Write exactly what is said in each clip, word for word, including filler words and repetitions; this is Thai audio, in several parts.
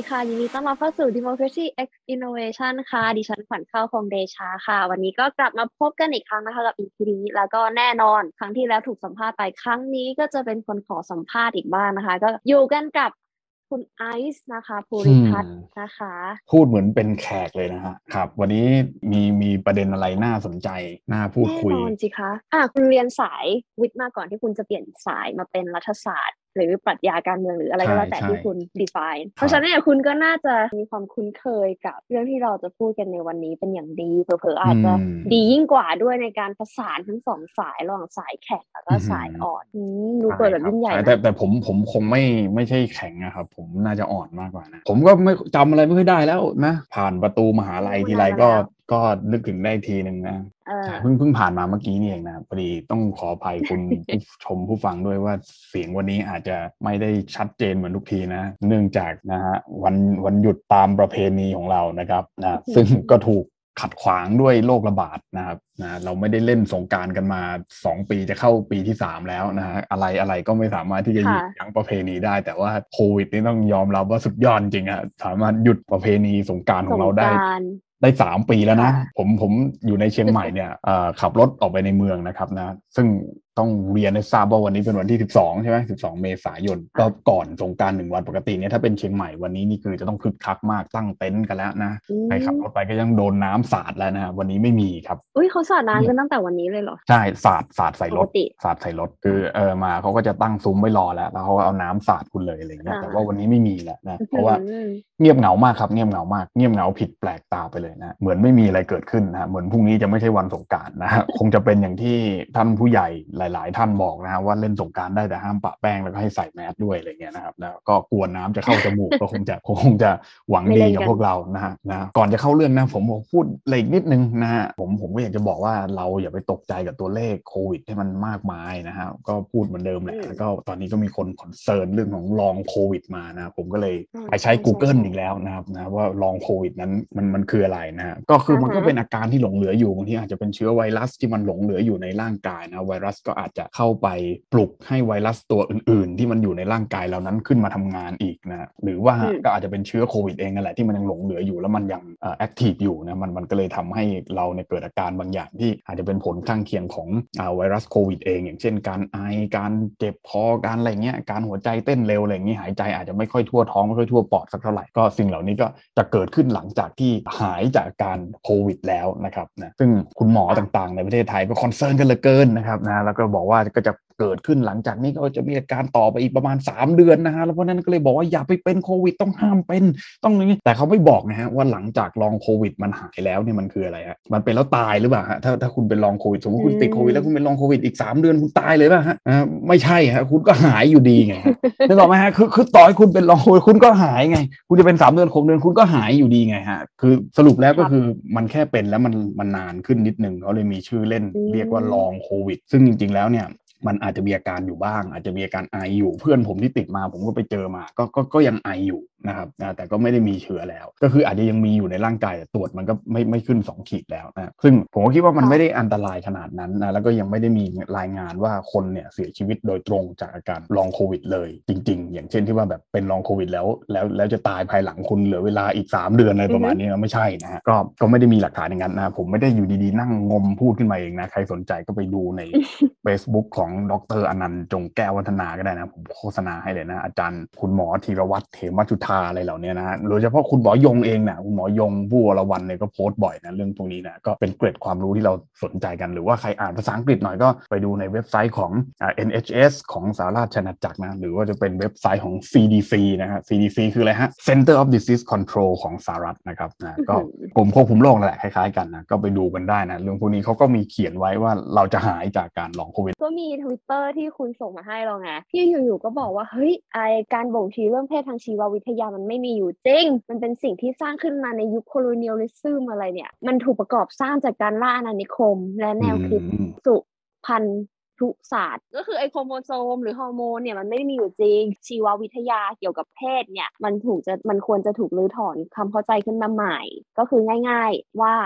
ค่ะยินดีต้อนรับเข้าสู่ Democracy X Innovation ค่ะดิฉันขวัญข้าวคงเดชาค่ะวันนี้ก็กลับมาพบกันอีกครั้งนะคะกับ อี พี นี้แล้วก็แน่นอนครั้งที่แล้วถูกสัมภาษณ์ไปครั้งนี้ก็จะเป็นคนขอสัมภาษณ์อีกบ้างนะคะก็อยู่กันกับคุณไอซ์นะคะภูอืมริพัฒน์นะคะพูดเหมือนเป็นแขกเลยนะฮะครับวันนี้มีมีประเด็นอะไรน่าสนใจน่าพูดแน่คุยนอนสิคะอ่ะคุณเรียนสายวิทย์มาก่อนที่คุณจะเปลี่ยนสายมาเป็นรัฐศาสตร์หรือปรัชญาการเมืองหรืออะไรใช่ก็แล้วแต่ใช่ที่คุณ define เพราะฉะนั้นเนี่ยครับคุณก็น่าจะมีความคุ้นเคยกับเรื่องที่เราจะพูดกันในวันนี้เป็นอย่างดีเผลอๆอือาจจะดีมยิ่งกว่าด้วยในการประสานทั้งสองสายระหว่างสายแข็งแล้วก็อืสายอ่อมนอืมดูใช่เกิดแบบครับยิ่งใหญ่นะใช่แต่แต่ผมผมคงไม่ไม่ใช่แข็งนะครับผมน่าจะอ่อนมากกว่านะผมก็ไม่จำอะไรไม่ค่อยได้แล้วนะผ่านประตูมหาโอ้ลัยทีไรก็นานมาแล้วก็นึกถึงได้ทีหนึ่งนะเออใช่เพิ่งเพิ่งผ่านมาเมื่อกี้นี่เองนะพอดีต้องขออภัยคุณผู้ชมผู้ฟังด้วยว่าเสียงวันนี้อาจจะไม่ได้ชัดเจนเหมือนทุกทีนะเนื่องจากนะฮะวันวันหยุดตามประเพณีของเรานะครับนะอืซึ่งก็มถูกขัดขวางด้วยโรคระบาดนะครับนะเราไม่ได้เล่นสงกรานต์กันมาสองปีจะเข้าปีที่สามแล้วนะฮะอะไรอะไรก็ไม่สามารถที่จะหยุดยั้งค่ะประเพณีได้แต่ว่าโควิดนี่ต้องยอมรับว่าสุดยอดจริงอะสามารถหยุดประเพณีสงกรานต์ขสงองเราได้กรานต์ได้สามปีแล้วนะค่ะผมผมอยู่ในเชียงใหม่เนี่ยเอ่อขับรถออกไปในเมืองนะครับนะซึ่งต้องเรียนให้ทราบว่าวันนี้เป็นวันที่สิบสองใช่ไหมสิบสองเมษายนก็ค่ะก่อนสงกรานต์หนึ่งวันปกติเนี่ยถ้าเป็นเชียงใหม่วันนี้นี่คือจะต้องคึกคักมากตั้งเต็นท์กันแล้วนะอืใครขับรถไปมก็ยังโดนน้ำสาดแล้วนะวันนี้ไม่มีครับอุ้ยเขาสาดน้ำกันตั้งแต่วันนี้เลยเหรอใช่สาดสาดใส่รถปกติสาดใส่รถคือเออมาเขาก็จะตั้งซุ้มไว้รอแล้วแล้วเขาก็เอาน้ำสาดคุณเลยอะไรเงี้ยอ่าแต่ว่าวันนี้ไม่มีแล้วนะอืเพราะว่ามเงียบเหงามากครับเงียบเหงามากเงียบเหงาผิดแปลกตาไปเลยนะเหมือนไม่มีอะไรเกิดขึ้นนะเหมือนพรุ่งนี้จะไม่ใช่วันสงกรานต์นะฮะคงจะเป็นอย่างที่ท่านผู้ใหญ่หลายๆท่านบอกนะฮะว่าเล่นสงกรานต์ได้แต่ห้ามปะแป้งแล้วก็ให้ใส่แมสด้วยอะไรเงี้ยนะครับแล้วก็กลัวน้ำจะเข้าจมูกก็คงจะคงจะหวังไม่เล่นกันดีกับพวกเรานะฮะนะก่อนจะเข้าเรื่องนะผมพูดอะไรอีกนิดนึงนะฮะผมผมก็อยากจะบอกว่าเราอย่าไปตกใจกับตัวเลขโควิดที่มันมากมายนะฮะก็พูดเหมือนเดิมแหอืมละแล้วก็ตอนนี้ก็มีคนคอนเซิร์นเรื่องของลองโควิดมานะผมก็เลยอ่าไปใช้ใช่ใช่ Google ใช่อีกแล้วนะครับนะว่าลองโควิดนั้นมันมันคืออะไรนะฮะก็คืออ่าฮะมันก็เป็นอาการที่หลงเหลืออยู่บางทีอาจจะเป็นเชื้อไวรัสที่มันหลงเหลืออยู่ในร่างกายนะไวรัสก็อาจจะเข้าไปปลุกให้ไวรัสตัวอื่นๆที่มันอยู่ในร่างกายเรานั้นขึ้นมาทำงานอีกนะหรือว่าอืมก็อาจจะเป็นเชื้อโควิดเองนั่นแหละที่มันยังหลงเหลืออยู่แล้วมันยังแอคทีฟอยู่นะมันมันก็เลยทำให้เราเนี่ยเกิดอาการบางอย่างที่อาจจะเป็นผลข้างเคียงของอ่าไวรัสโควิดเองอย่างเช่นการไอการเจ็บคอการอะไรเงี้ยการหัวใจเต้นเร็วอะไรอย่างนี้หายใจอาจจะไม่ค่อยทั่วท้องไม่ค่อยทั่วปอดสักเท่าไหร่ก็สิ่งเหล่านี้ก็จะเกิดขึ้นหลังจากที่หายจากการโควิดแล้วนะครับนะซึ่งคุณหมอค่ะต่างๆในประเทศไทยก็คอนเซิร์นกันเหลือเกินนะครับนะแล้วก็บอกว่าก็จะเกิดขึ้นหลังจากนี้ก็จะมีอาการต่อไปอีกประมาณสามเดือนนะฮะแล้วเพราะนั้นก็เลยบอกว่าอย่าไปเป็นโควิดต้องห้ามเป็นต้องนี้แต่เขาไม่บอกนะฮะว่าหลังจากลองโควิดมันหายแล้วเนี่ยมันคืออะไรฮะมันเป็นแล้วตายหรือเปล่าฮะถ้าถ้าคุณเป็นลองโควิดสมมติอืคุณติดโควิดแล้วคุณเป็นลมองโควิดอีกสามเดือนคุณตายเลยป่ะฮะอ่าไม่ใช่ฮะคุณก็หายอยู่ดีไงฮะนึกออกไหมฮะคือคือต่อให้คุณเป็นลองโควิดคุณก็หายไงคุณจะเป็นสามเดือนหกเดือนคุณก็หายอยู่ดีไงฮะคือสรุปแล้วครับก็คือมันแค่เป็นแล้วมันมันนานขึ้นนิดนึงเขาเลยมีชื่อเล่นอืเรียกว่าลองมโควิดซึ่งจริงๆแล้วเนี่ยมันอาจจะมีอาการอยู่บ้างอาจจะมีอาการไออยู่เพื่อนผมที่ติดมาผมก็ไปเจอมาก็ก็ก็ยังไออยู่นะครับนะแต่ก็ไม่ได้มีเชื้อแล้วก็คืออาจจะยังมีอยู่ในร่างกายแต่ตรวจมันก็ไม่ไม่ขึ้นสองขีดแล้วนะซึ่งผมก็คิดว่ามันไม่ได้ค่ะอันตรายขนาดนั้นนะแล้วก็ยังไม่ได้มีรายงานว่าคนเนี่ยเสียชีวิตโดยตรงจากอาการลองโควิดเลยจริงๆอย่างเช่นที่ว่าแบบเป็นลองโควิดแล้วแล้วแล้วจะตายภายหลังคุณเหลือเวลาอีกสามเดือนอะไรอือฮึประมาณนี้นะไม่ใช่นะฮะก็ก็ไม่ได้มีหลักฐานอย่างนั้นนะผมไม่ได้อยู่ดีๆนั่งงมพูดขึ้นมาเองนะใครสนใจก็ไปดูใน Facebook ของดรอนันต์จงแก้ววัฒนาก็ได้นะผมโฆษณาให้เลยนะอาจารย์คุณหมอธีรวัตรเหมจุฑาอะไรเหล่านี้นะฮะโดยเฉพาะคุณหมอยงเองนะคุณหมอยงผู้วรวรรณเนี่ยก็โพสต์บ่อยนะเรื่องพวกนี้นะก็เป็นเกร็ดความรู้ที่เราสนใจกันหรือว่าใครอ่านภาษาอังกฤษหน่อยก็ไปดูในเว็บไซต์ของอ่า เอ็น เอช เอส ของสหราชอาณาจักรนะหรือว่าจะเป็นเว็บไซต์ของ ซี ดี ซี นะฮะ ซี ดี ซี คืออะไรฮะ Center of Disease Control ของสหรัฐนะครับนะก็อือหือกรมควบคุมโรคนั่นแหละคล้ายๆกันนะก็ไปดูกันได้นะเรื่องพวกนี้เขาก็มีเขียนไว้ว่าเราจะหายจากการลองโควิดก็มีทวิตเตอร์ที่คุณส่งมาให้เราไงที่อยู่ๆก็บอกว่าเฮ้ยไอการบ่งชี้เรื่องเพศทางชีววิทยามันไม่มีอยู่จริงมันเป็นสิ่งที่สร้างขึ้นมาในยุคโคโลเนียลิซึมอะไรเนี่ยมันถูกประกอบสร้างจากการล่าอาณานิคมและอืแนวคิดมสุพันธุศาสตร์ก็คือไอโครโมโซมหรือฮอร์โมนเนี่ยมันไม่ได้มีอยู่จริงชีววิทยาเกี่ยวกับเพศเนี่ยมันถูกจะมันควรจะถูกรื้อถอนความเข้าใจขึ้นมาใหม่ก็คือง่ายๆว่า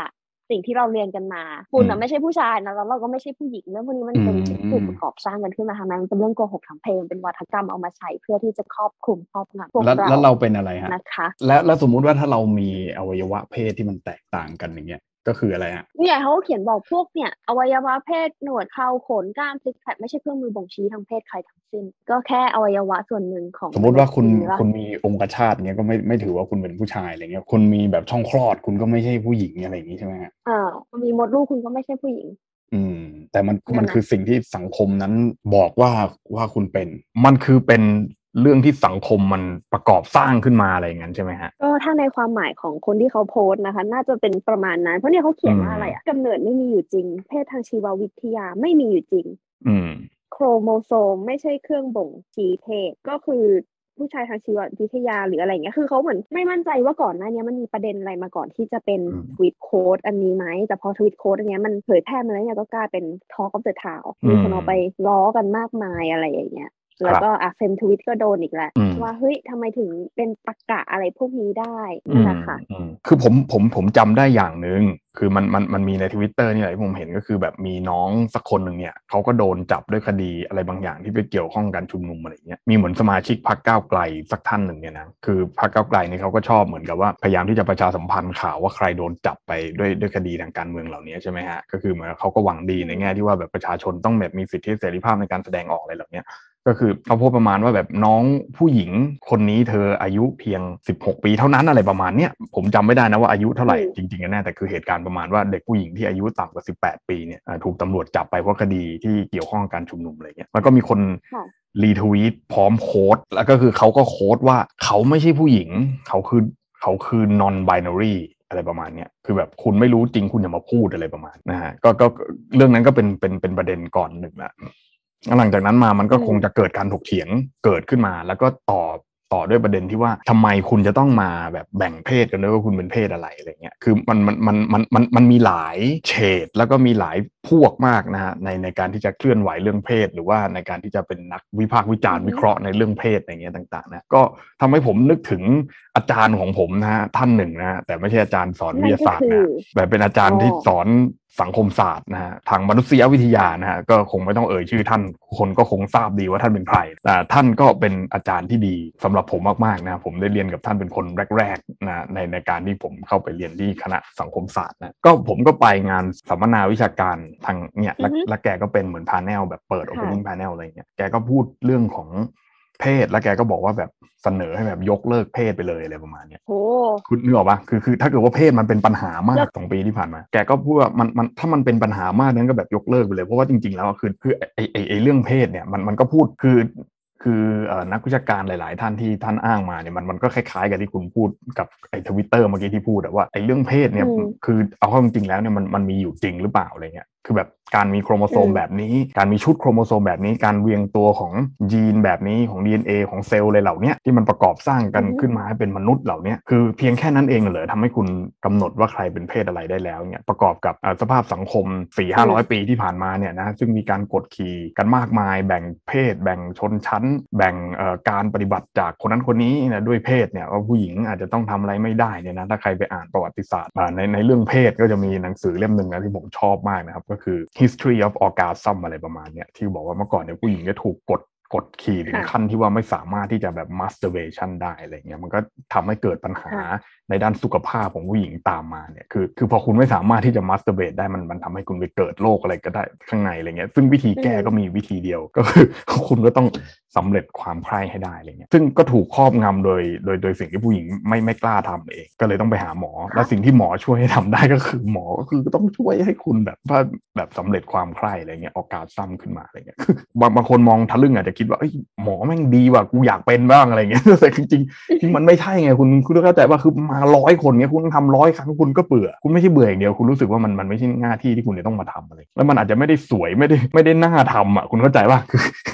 สิ่งที่เราเรียนกันมาคุณน่ะไม่ใช่ผู้ชายนะแล้วเราก็ไม่ใช่ผู้หญิงเรื่องพวกนี้มันเป็นสิ่งที่ถูกประกอบสร้างกันขึ้นมาทำไมมันเป็นเรื่องโกหกทางเพลงเป็นวัฒกรรมเอามาใช้เพื่อที่จะครอบคลุมครอบงำพวกเราแล้วเราเป็นอะไรฮะนะคะแล้วแล้วสมมุติว่าถ้าเรามีอวัยวะเพศที่มันแตกต่างกันอย่างเงี้ยก็คืออะไรฮะเนี่ยเขาเขียนบอกพวกเนี่ยอวัยวะเพศหนวดเคราขนกล้ามซิกแพคไม่ใช่เครื่องมือบ่งชี้ทางเพศใครทั้งสิ้นก็แค่อวัยวะส่วนหนึ่งของสมมติว่าคุณคุณมีองคชาตเงี้ยก็ไม่ไม่ถือว่าคุณเป็นผู้ชายอะไรเงี้ยคุณมีแบบช่องคลอดคุณก็ไม่ใช่ผู้หญิงอะไรอย่างงี้ใช่ไหมฮะอ่ามีมดลูกคุณก็ไม่ใช่ผู้หญิงอืมแต่มันมันคือสิ่งที่สังคมนั้นบอกว่าว่าคุณเป็นมันคือเป็นเรื่องที่สังคมมันประกอบสร้างขึ้นมาอะไรอย่างนั้นใช่ไหมฮะก็ถ้าในความหมายของคนที่เขาโพสต์นะคะน่าจะเป็นประมาณนั้นเพราะเนี่ยเขาเขียนว่าอะไรอะกำเนิดไม่มีอยู่จริงเพศทางชีววิทยาไม่มีอยู่จริงอืมโครโมโซมไม่ใช่เครื่องบ่งชี้เพศก็คือผู้ชายทางชีววิทยาหรืออะไรเงี้ยคือเขาเหมือนไม่มั่นใจว่าก่อนหน้านี้มันมีประเด็นอะไรมาก่อนที่จะเป็นทวิตโค้ดอันนี้ไหมแต่พอทวิตโค้ดอันนี้มันเผยแพร่มาแล้วเนี่ยก็กลายเป็น Talk of the Town มีคนเอาไปล้อกันมากมายอะไรอย่างเงี้ยแล้วก็อ่ะเฟมทวิตก็โดนอีกแล้วว่าเฮ้ยทำไมถึงเป็นตรรกะอะไรพวกนี้ได้นั่นแหละค่ะคือผมผมผมจำได้อย่างหนึ่งคือมันมันมันมีใน Twitter นี่แหละที่ผมเห็นก็คือแบบมีน้องสักคนหนึ่งเนี่ยเขาก็โดนจับด้วยคดีอะไรบางอย่างที่ไปเกี่ยวข้องกันชุมนุมอะไรเงี้ยมีเหมือนสมาชิกพรรคก้าวไกลสักท่านหนึ่งเนี่ยนะคือพรรคก้าวไกลนี่เขาก็ชอบเหมือนกับว่าพยายามที่จะประชาสัมพันธ์ข่าวว่าใครโดนจับไปด้วยด้วยคดีทางการเมืองเหล่านี้ใช่ไหมฮะก็คือเหมือนเขาก็หวังดีในแง่ที่ว่าแบบประชาชนต้องแบบมีสิทธิเสรีภาพในการแสดงออกอะไรเหล่านี้ก็คือเขาพูดประมาณว่าแบบน้องผู้หญิงคนนี้เธออายุเพียงสิบหกปีเท่านั้นอะไรประมาณเนี้ยผมจำไม่ได้นะว่าอายุเท่าไหร่จริงๆกันแน่แต่คือเหตุการณ์ประมาณว่าเด็กผู้หญิงที่อายุต่ำกว่าสิบแปดปีเนี่ยถูกตำรวจจับไปเพราะคดีที่เกี่ยวข้องกับการชุมนุมอะไรเงี้ยแล้วก็มีคนรีทวีตพร้อมโค้ดแล้วก็คือเขาก็โค้ดว่าเขาไม่ใช่ผู้หญิงเขาคือเขาคือ non binaryอะไรประมาณเนี้ยคือแบบคุณไม่รู้จริงคุณอย่ามาพูดอะไรประมาณนะฮะก็ก็เรื่องนั้นก็เป็นเป็นเป็นประเด็นก่อนหนึ่งละหลังจากนั้นมามันก็คงจะเกิดการถกเถียงเกิดขึ้นมาแล้วก็ต่อต่อด้วยประเด็นที่ว่าทำไมคุณจะต้องมาแบบแบ่งเพศกันด้วยว่าคุณเป็นเพศอะไรอะไรเงี้ยคือมันมันมันมันมันมันมีหลายเฉดแล้วก็มีหลายพวกมากนะฮะในในการที่จะเคลื่อนไหวเรื่องเพศหรือว่าในการที่จะเป็นนักวิพากษ์วิจารณ์วิเคราะห์ในเรื่องเพศอะไรเงี้ยต่างๆนะก็ทำให้ผมนึกถึงอาจารย์ของผมนะฮะท่านหนึ่งนะฮะแต่ไม่ใช่อาจารย์สอนวิทยาศาสตร์นะแต่เป็นอาจารย์ที่สอนสังคมศาสตร์นะฮะทางมนุษยวิทยานะฮะก็คงไม่ต้องเอ่ยชื่อท่านคนก็คงทราบดีว่าท่านเป็นใครแต่ท่านก็เป็นอาจารย์ที่ดีสำหรับผมมากๆนะผมได้เรียนกับท่านเป็นคนแรกๆนะในในการที่ผมเข้าไปเรียนที่คณะสังคมศาสตร์นะก็ผมก็ไปงานสัมมนาวิชาการทางเนี่ยและแกก็เป็นเหมือนพาเนลแบบเปิด opening panel อะไรเงี้ยแกก็พูดเรื่องของเพศแล้วแกก็บอกว่าแบบเสนอให้แบบยกเลิกเพศไปเลยอะไรประมาณนี้โอ้คุณนึกออกปะคือคือถ้าเกิดว่าเพศมันเป็นปัญหามากสองปีที่ผ่านมาแกก็พูดว่ามันมันถ้ามันเป็นปัญหามากนั้นก็แบบยกเลิกไปเลยเพราะว่าจริงๆแล้วคือคือไอไอไอเรื่องเพศเนี่ยมันมันก็พูดคือคือเอ่อนักวิชาการหลายๆท่านที่ท่านอ้างมาเนี่ยมันมันก็คล้ายๆกับที่คุณพูดกับไอ้ Twitter เมื่อกี้ที่พูดว่าไอ้เรื่องเพศเนี่ยคือเอาเข้าจริงๆแล้วเนี่ยมันมันมีอยู่จริงหรือเปล่าอะไรเงี้ยคือแบบการมีโครโมโซมแบบนี้การมีชุดโครโมโซมแบบนี้การเวียงตัวของยีนแบบนี้ของ ดี เอ็น เอ ของเซลล์อะไรเหล่านี้ที่มันประกอบสร้างกันขึ้นมาให้เป็นมนุษย์เหล่านี้คือเพียงแค่นั้นเองเหรอทำให้คุณกำหนดว่าใครเป็นเพศอะไรได้แล้วเนี่ยประกอบกับสภาพสังคม สี่ถึงห้าร้อย ปีที่ผ่านมาเนี่ยนะซึ่งมีการกดขี่กันมากมายแบ่งเพศแบ่งชนชั้นแบ่งการปฏิบัติจากคนนั้นคนนี้นะด้วยเพศเนี่ยว่าผู้หญิงอาจจะต้องทำอะไรไม่ได้เนี่ยนะถ้าใครไปอ่านประวัติศาสตร์ในในเรื่องเพศก็จะมีหนังสือเล่มนึงนะที่ผมชอบมากนะครับก็คือ history of orgasm อะไรประมาณเนี้ยที่บอกว่าเมื่อก่อนเนี่ยผู้หญิงจะถูกกดกดขี่ถึงขั้นที่ว่าไม่สามารถที่จะแบบ masturbation ได้อะไรเงี้ยมันก็ทำให้เกิดปัญหาในด้านสุขภาพของผู้หญิงตามมาเนี่ยคือคือพอคุณไม่สามารถที่จะ masturbate ได้มันมันทำให้คุณไปเกิดโรคอะไรก็ได้ข้างในอะไรเงี้ยซึ่งวิธีแก้ก็มีวิธีเดียวก็คือคุณก็ต้องสำเร็จความใคร่ให้ได้อะไรเงี้ยซึ่งก็ถูกครอบงำโดยโดยโดยสิ่งที่ผู้หญิงไม่ไม่กล้าทำเองก็เลยต้องไปหาหมอและสิ่งที่หมอช่วยให้ทำได้ก็คือหมอก็คือต้องช่วยให้คุณแบบว่าแบบสำเร็จความใคร่อะไรเงี้ยออกการซ้ำขึ้นมาอะไรเงี้ยคือบางบางคนมองทะลึ่งอาจจะคิดว่าหมอแม่งดีว่ะกูอยากเป็นบ้างอะไรเงี้ยแต่จริงจริงจริงมันไม่ใช่ไงคุณคุณต้องเข้าใจว่าคือมาร้อยคนเงี้ยคุณทำร้อยครั้งคุณก็เบื่อคุณไม่ใช่เบื่ออย่างเดียวคุณรู้สึกว่ามันมันไม่ใช่หน้าที่ที่คุณจะต้องมาทำอะไรแล้วมันอาจจะไม่ได้สวยไม่ได้ไม่ได้น่าทำอ่ะคุณเข้าใจป่ะคือ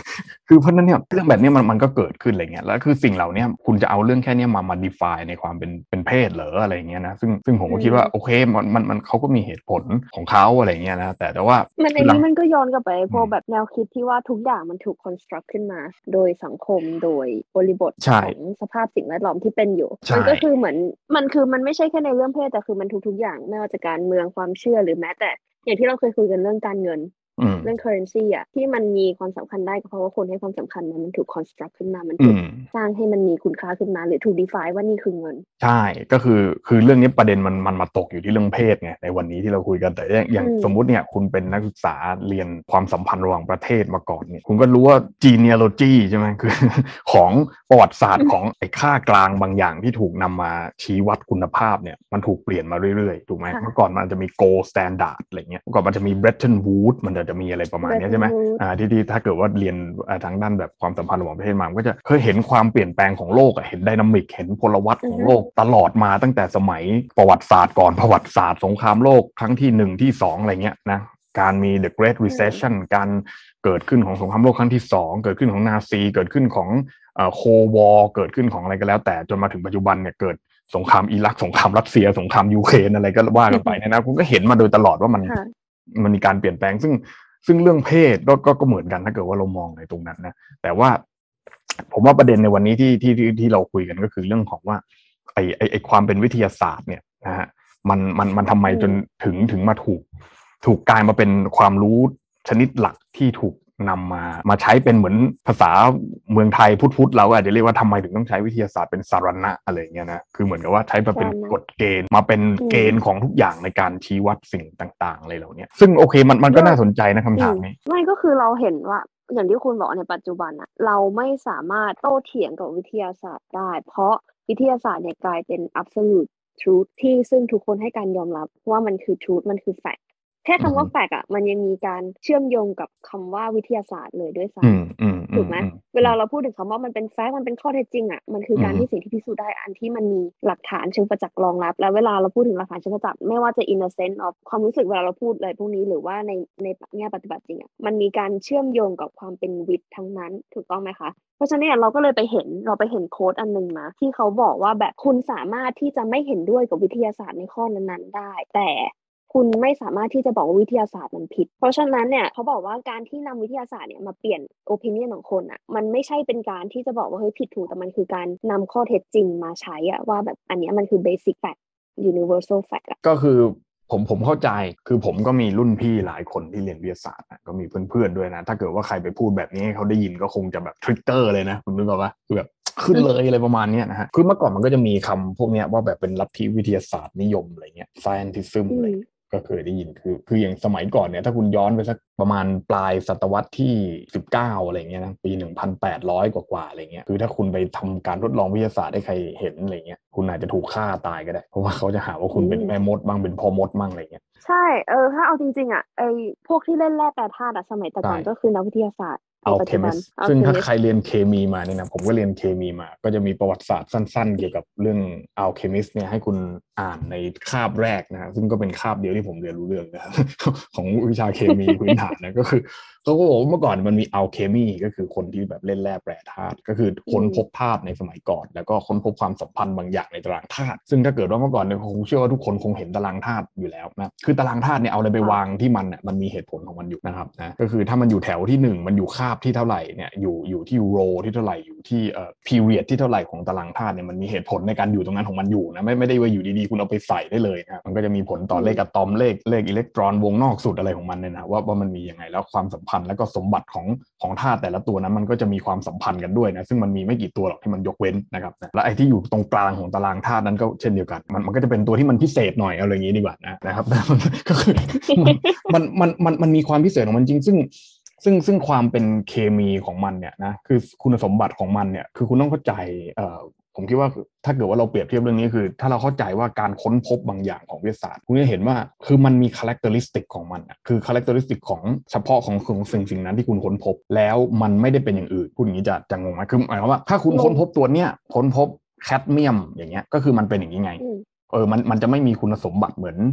คือเพราะนั้นเนี่ยเรื่องแบบนี้มันมันก็เกิดขึ้นอะไรเงี้ยแล้วคือสิ่งเหล่านี้คุณจะเอาเรื่องแค่นี้มามา define ในความเป็นเป็นเพศเหรออะไรเงี้ยนะซึ่งซึ่งผมก็คิดว่าโอเคมันมันมันเขาก็มีเหตุผลของเขาอะไรเงี้ยนะแต่แต่ว่ามันอันนี้มันก็ย้อนกลับไปพวกแบบแนวคิดที่ว่าทุกอย่างมันถูก construct ขึ้นมาโดยสังคมโดยบริบทของสภาพสิ่งแวดล้อมที่เป็นอยู่มันก็คือเหมือนมันคือมันไม่ใช่แค่ในเรื่องเพศแต่คือมันทุกๆอย่างไม่ว่าจะการเมืองความเชื่อหรือแม้แต่อย่างที่เราเคยคุยกันเรื่องการเงินเรื่อง currency อ่ะที่มันมีความสำคัญได้ก็เพราะว่าคนให้ความสำคัญมันมันถูก construct ขึ้นมามันถูกสร้างให้มันมีคุณค่าขึ้นมาหรือถูก define ว่านี่คือเงินใช่ก็คือคือเรื่องนี้ประเด็นมันมันมาตกอยู่ที่เรื่องเพศไงในวันนี้ที่เราคุยกันแต่อย่างสมมุติเนี่ยคุณเป็นนักศึกษาเรียนความสัมพันธ์ระหว่างประเทศมาก่อนเนี่ยคุณก็รู้ว่า genealogy ใช่ไหมคือของประวัติศาสตร์ของไอ้ค่ากลางบางอย่างที่ถูกนำมาชี้วัดคุณภาพเนี่ยมันถูกเปลี่ยนมาเรื่อยๆถูกไหมเมื่อก่อนมันจะมี gold standard อะไรเงี้ยเมื่อก่อนมันจะมี Bretton Woods มันจะมีอะไรประมาณนี้ใช่ไหมอ่าที่ที่ถ้าเกิดว่าเรียนทางด้านแบบความสัมพันธ์ระหว่างประเทศมาก็จะเคยเห็นความเปลี่ยนแปลงของโลกเห็นไดนามิกเห็นพลวัตของโลกตลอดมาตั้งแต่สมัยประวัติศาสตร์ก่อนประวัติศาสตร์สงครามโลกครั้งที่หนึ่งที่สองอะไรเงี้ยนะการมี The Great Recession การเกิดขึ้นของสงครามโลกครั้งที่สองเกิดขึ้นของนาซีเกิดขึ้นของเอ่อโควอร์เกิดขึ้นของอะไรก็แล้วแต่จนมาถึงปัจจุบันเนี่ยเกิดสงครามอิรักสงครามรัสเซียสงครามยูเครนอะไรก็ว่ากันไปเนี่ยนะคุณก็เห็นมาโดยตลอดว่ามันมันมีการเปลี่ยนแปลงซึ่งซึ่งเรื่องเพศก็ก็ก็เหมือนกันถ้าเกิดว่าเรามองในตรงนั้นนะแต่ว่าผมว่าประเด็นในวันนี้ที่ที่ที่ที่เราคุยกันก็คือเรื่องของว่าไอไอไอความเป็นวิทยาศาสตร์เนี่ยนะฮะมันมันมันทำไมจนถึงถึงมาถูกถูกกลายมาเป็นความรู้ชนิดหลักที่ถูกนำมามาใช้เป็นเหมือนภาษาเมืองไทยพุทธๆเราอาจจะเรียกว่าทำไมถึงต้องใช้วิทยาศาสตร์เป็นสารณะอะไรเงี้ยนะคือเหมือนกับว่าใช้มาเป็นกฎเกณฑ์มาเป็นเกณฑ์ของทุกอย่างในการชี้วัดสิ่งต่างๆอะไรเหล่านี้ซึ่งโอเคมันมันก็น่าสนใจนะคำถามนี้ไม่ก็คือเราเห็นว่าอย่างที่คุณบอกในปัจจุบันอะเราไม่สามารถโต้เถียงกับวิทยาศาสตร์ได้เพราะวิทยาศาสตร์เนี่ยกลายเป็น absolute truth ที่ซึ่งทุกคนให้การยอมรับว่ามันคือ truth มันคือ fact แค่คำว่า fact อ่ะมันยังมีการเชื่อมโยงกับคำว่าวิทยาศาสตร์เลยด้วยซ้ำถูกไหมเวลาเราพูดถึงคำว่ามันเป็น fact มันเป็นข้อเท็จจริงอ่ะมันคือการที่สิ่งที่พิสูจน์ได้อันที่มันมีหลักฐานเชิงประจักษ์รองรับแล้วเวลาเราพูดถึงหลักฐานเชิงประจักษ์ไม่ว่าจะ in a sense of ความรู้สึกเวลาเราพูดอะไรพวกนี้หรือว่าในในแง่ปฏิบัติจริงอ่ะมันมีการเชื่อมโยงกับความเป็นวิทย์ทั้งนั้นถูกต้องไหมคะเพราะฉะนั้นเราก็เลยไปเห็นเราไปเห็นโค้ดอันนึงนะที่เขาบอกว่าแบบคุณสามารถที่จะไม่เห็นด้วยกับวิทยาศาสตร์ในข้อนั้นๆได้แต่คุณไม่สามารถที่จะบอกว่าวิทยาศาสตร์มันผิดเพราะฉะนั้นเนี่ยเขาบอกว่าการที่นำวิทยาศาสตร์เนี่ยมาเปลี่ยน opinion ของคนอ่ะมันไม่ใช่เป็นการที่จะบอกว่าเฮ้ยผิดถูกแต่มันคือการนำข้อเท็จจริงมาใช้อ่ะว่าแบบอันนี้มันคือ basic fact universal fact อ่ะก็คือผมผมเข้าใจคือผมก็มีรุ่นพี่หลายคนที่เรียนวิทยาศาสตร์นะก็มีเพื่อนๆด้วยนะถ้าเกิดว่าใครไปพูดแบบนี้ให้เขาได้ยินก็คงจะแบบทริกเกอร์เลยนะคุณนึกออกปะคือแบบขึ้นเลยอะไรประมาณนี้นะฮะคือเมื่อก่อนมันก็จะมีคำพวกนี้ว่าแบบเป็นลัทธิวิทยาศาสตร์นิยมอะไรเงี้ย scientism อะไรก็เคยได้ยินคือคืออย่างสมัยก่อนเนี่ยถ้าคุณย้อนไปสักประมาณปลายศตวรรษที่สิบเก้าอะไรเงี้ยนะปีหนึ่งพันแปดร้อยกว่าๆอะไรเงี้ยคือถ้าคุณไปทำการทดลองวิทยาศาสตร์ให้ใครเห็นอะไรเงี้ยคุณอาจจะถูกฆ่าตายก็ได้เพราะว่าเขาจะหาว่าคุณเป็นแม่มดบ้างเป็นพ่อมดบ้างอะไรเงี้ยใช่เออถ้าเอาจริงๆอ่ะไอพวกที่เล่นแร่แปรธาตุอ่ะสมัยแต่ก่อนก็คือนักวิทยาศาสตร์อัลเคมิสซึ่งถ้าใครเรียนเคมีมาเนี่ยนะผมก็เรียนเคมีมาก็จะมีประวัติศาสตร์สั้นๆเกี่ยวกับเรื่องอัลเคมิสเนี่ยให้คุณอ่านในคาบแรกนะซึ่งก็เป็นคาบเดียวที่ผมเรียนรู้เรื่องนะครับของวิชาเคมีพื้นฐานนะก็คือเขาก็บอกว่าเมื่อก่อนมันมีอัลเคมีก็คือคนที่แบบเล่นแร่แปรธาตุก็คือค้นพบธาตุในสมัยก่อนแล้วก็ค้นพบความสัมพันธ์บางอย่างในตารางธาตุซึ่งถ้าเกิดว่าเมื่อก่อนเนี่ยคงเชื่อว่าทุกคนคงเห็นตารางธาตุอยู่แล้วนะคือตารางธาตุเนี่ยเอาอะไรไปวางที่มันเนี่ยมันมีเหตุผลของมันอยู่นะครับนะก็คือถ้ามันอยู่แถวที่หนึ่งมันอยู่คาบที่เท่าไหร่เนี่ยอยู่อยู่ที่โรที่เท่าไหร่อยู่ที่เอ่อ period ที่เท่าไหร่ของตารางธาตุเนี่ยมันมีเหตุผลในการอยู่ตรงนั้นของมันอยู่นะไม่ไม่ได้ว่าอยู่ดีๆคุณเอาไปใส่ได้เลยนะมันก็จะมีผลต่อเลขอะตอมเลขเลขอิเล็กตรอนวงนอกสุดอะไรของมันเนี่ยนะว่าว่ามันมียังไงแล้วความสัมพันธ์แล้วก็สมบัติของของธาตุแต่ละตัวนั้นมันก็จะมีความสัมพันธ์กันด้วยนะซึ่งมันมีไม่กี่ตัวหรอกที่มันยกเว้นนะครับนะและไอ้ที่อยู่ตรงกลางของตารางธาตุนั้นก็เช่นเดียวกันมันมันก็จะเป็นตัวที่มันพิเศษหน่อยเอาอย่างนี้ดีกว่านะนะครับก็คือมันมันมันมันมีความพิเศษของมันจริงซึ่งซึ่งซึ่งความเป็นเคมีของมันเนี่ยนะคือคุณสมบัติของมันเนี่ยคือคุณต้องเข้าใจเอ่อผมคิดว่าถ้าเกิดว่าเราเปรียบเทียบเรื่องนี้คือถ้าเราเข้าใจว่าการค้นพบบางอย่างของวิทยาศาสตร์คุณจะเห็นว่าคือมันมี characteristic ของมันคือ characteristic ของเฉพาะของของสิ่งสิ่งนั้นที่คุณค้นพบแล้วมันไม่ได้เป็นอย่างอื่นพูดอย่างนี้จะจะงงไหมคือหมายความว่าถ้าคุณค้นพบตัวเนี้ยค้นพบแคดเมียมอย่างเงี้ยก็คือมันเป็นอย่างนี้ไงเออมันมันจะไม่มีคุณสมบัติเหมือน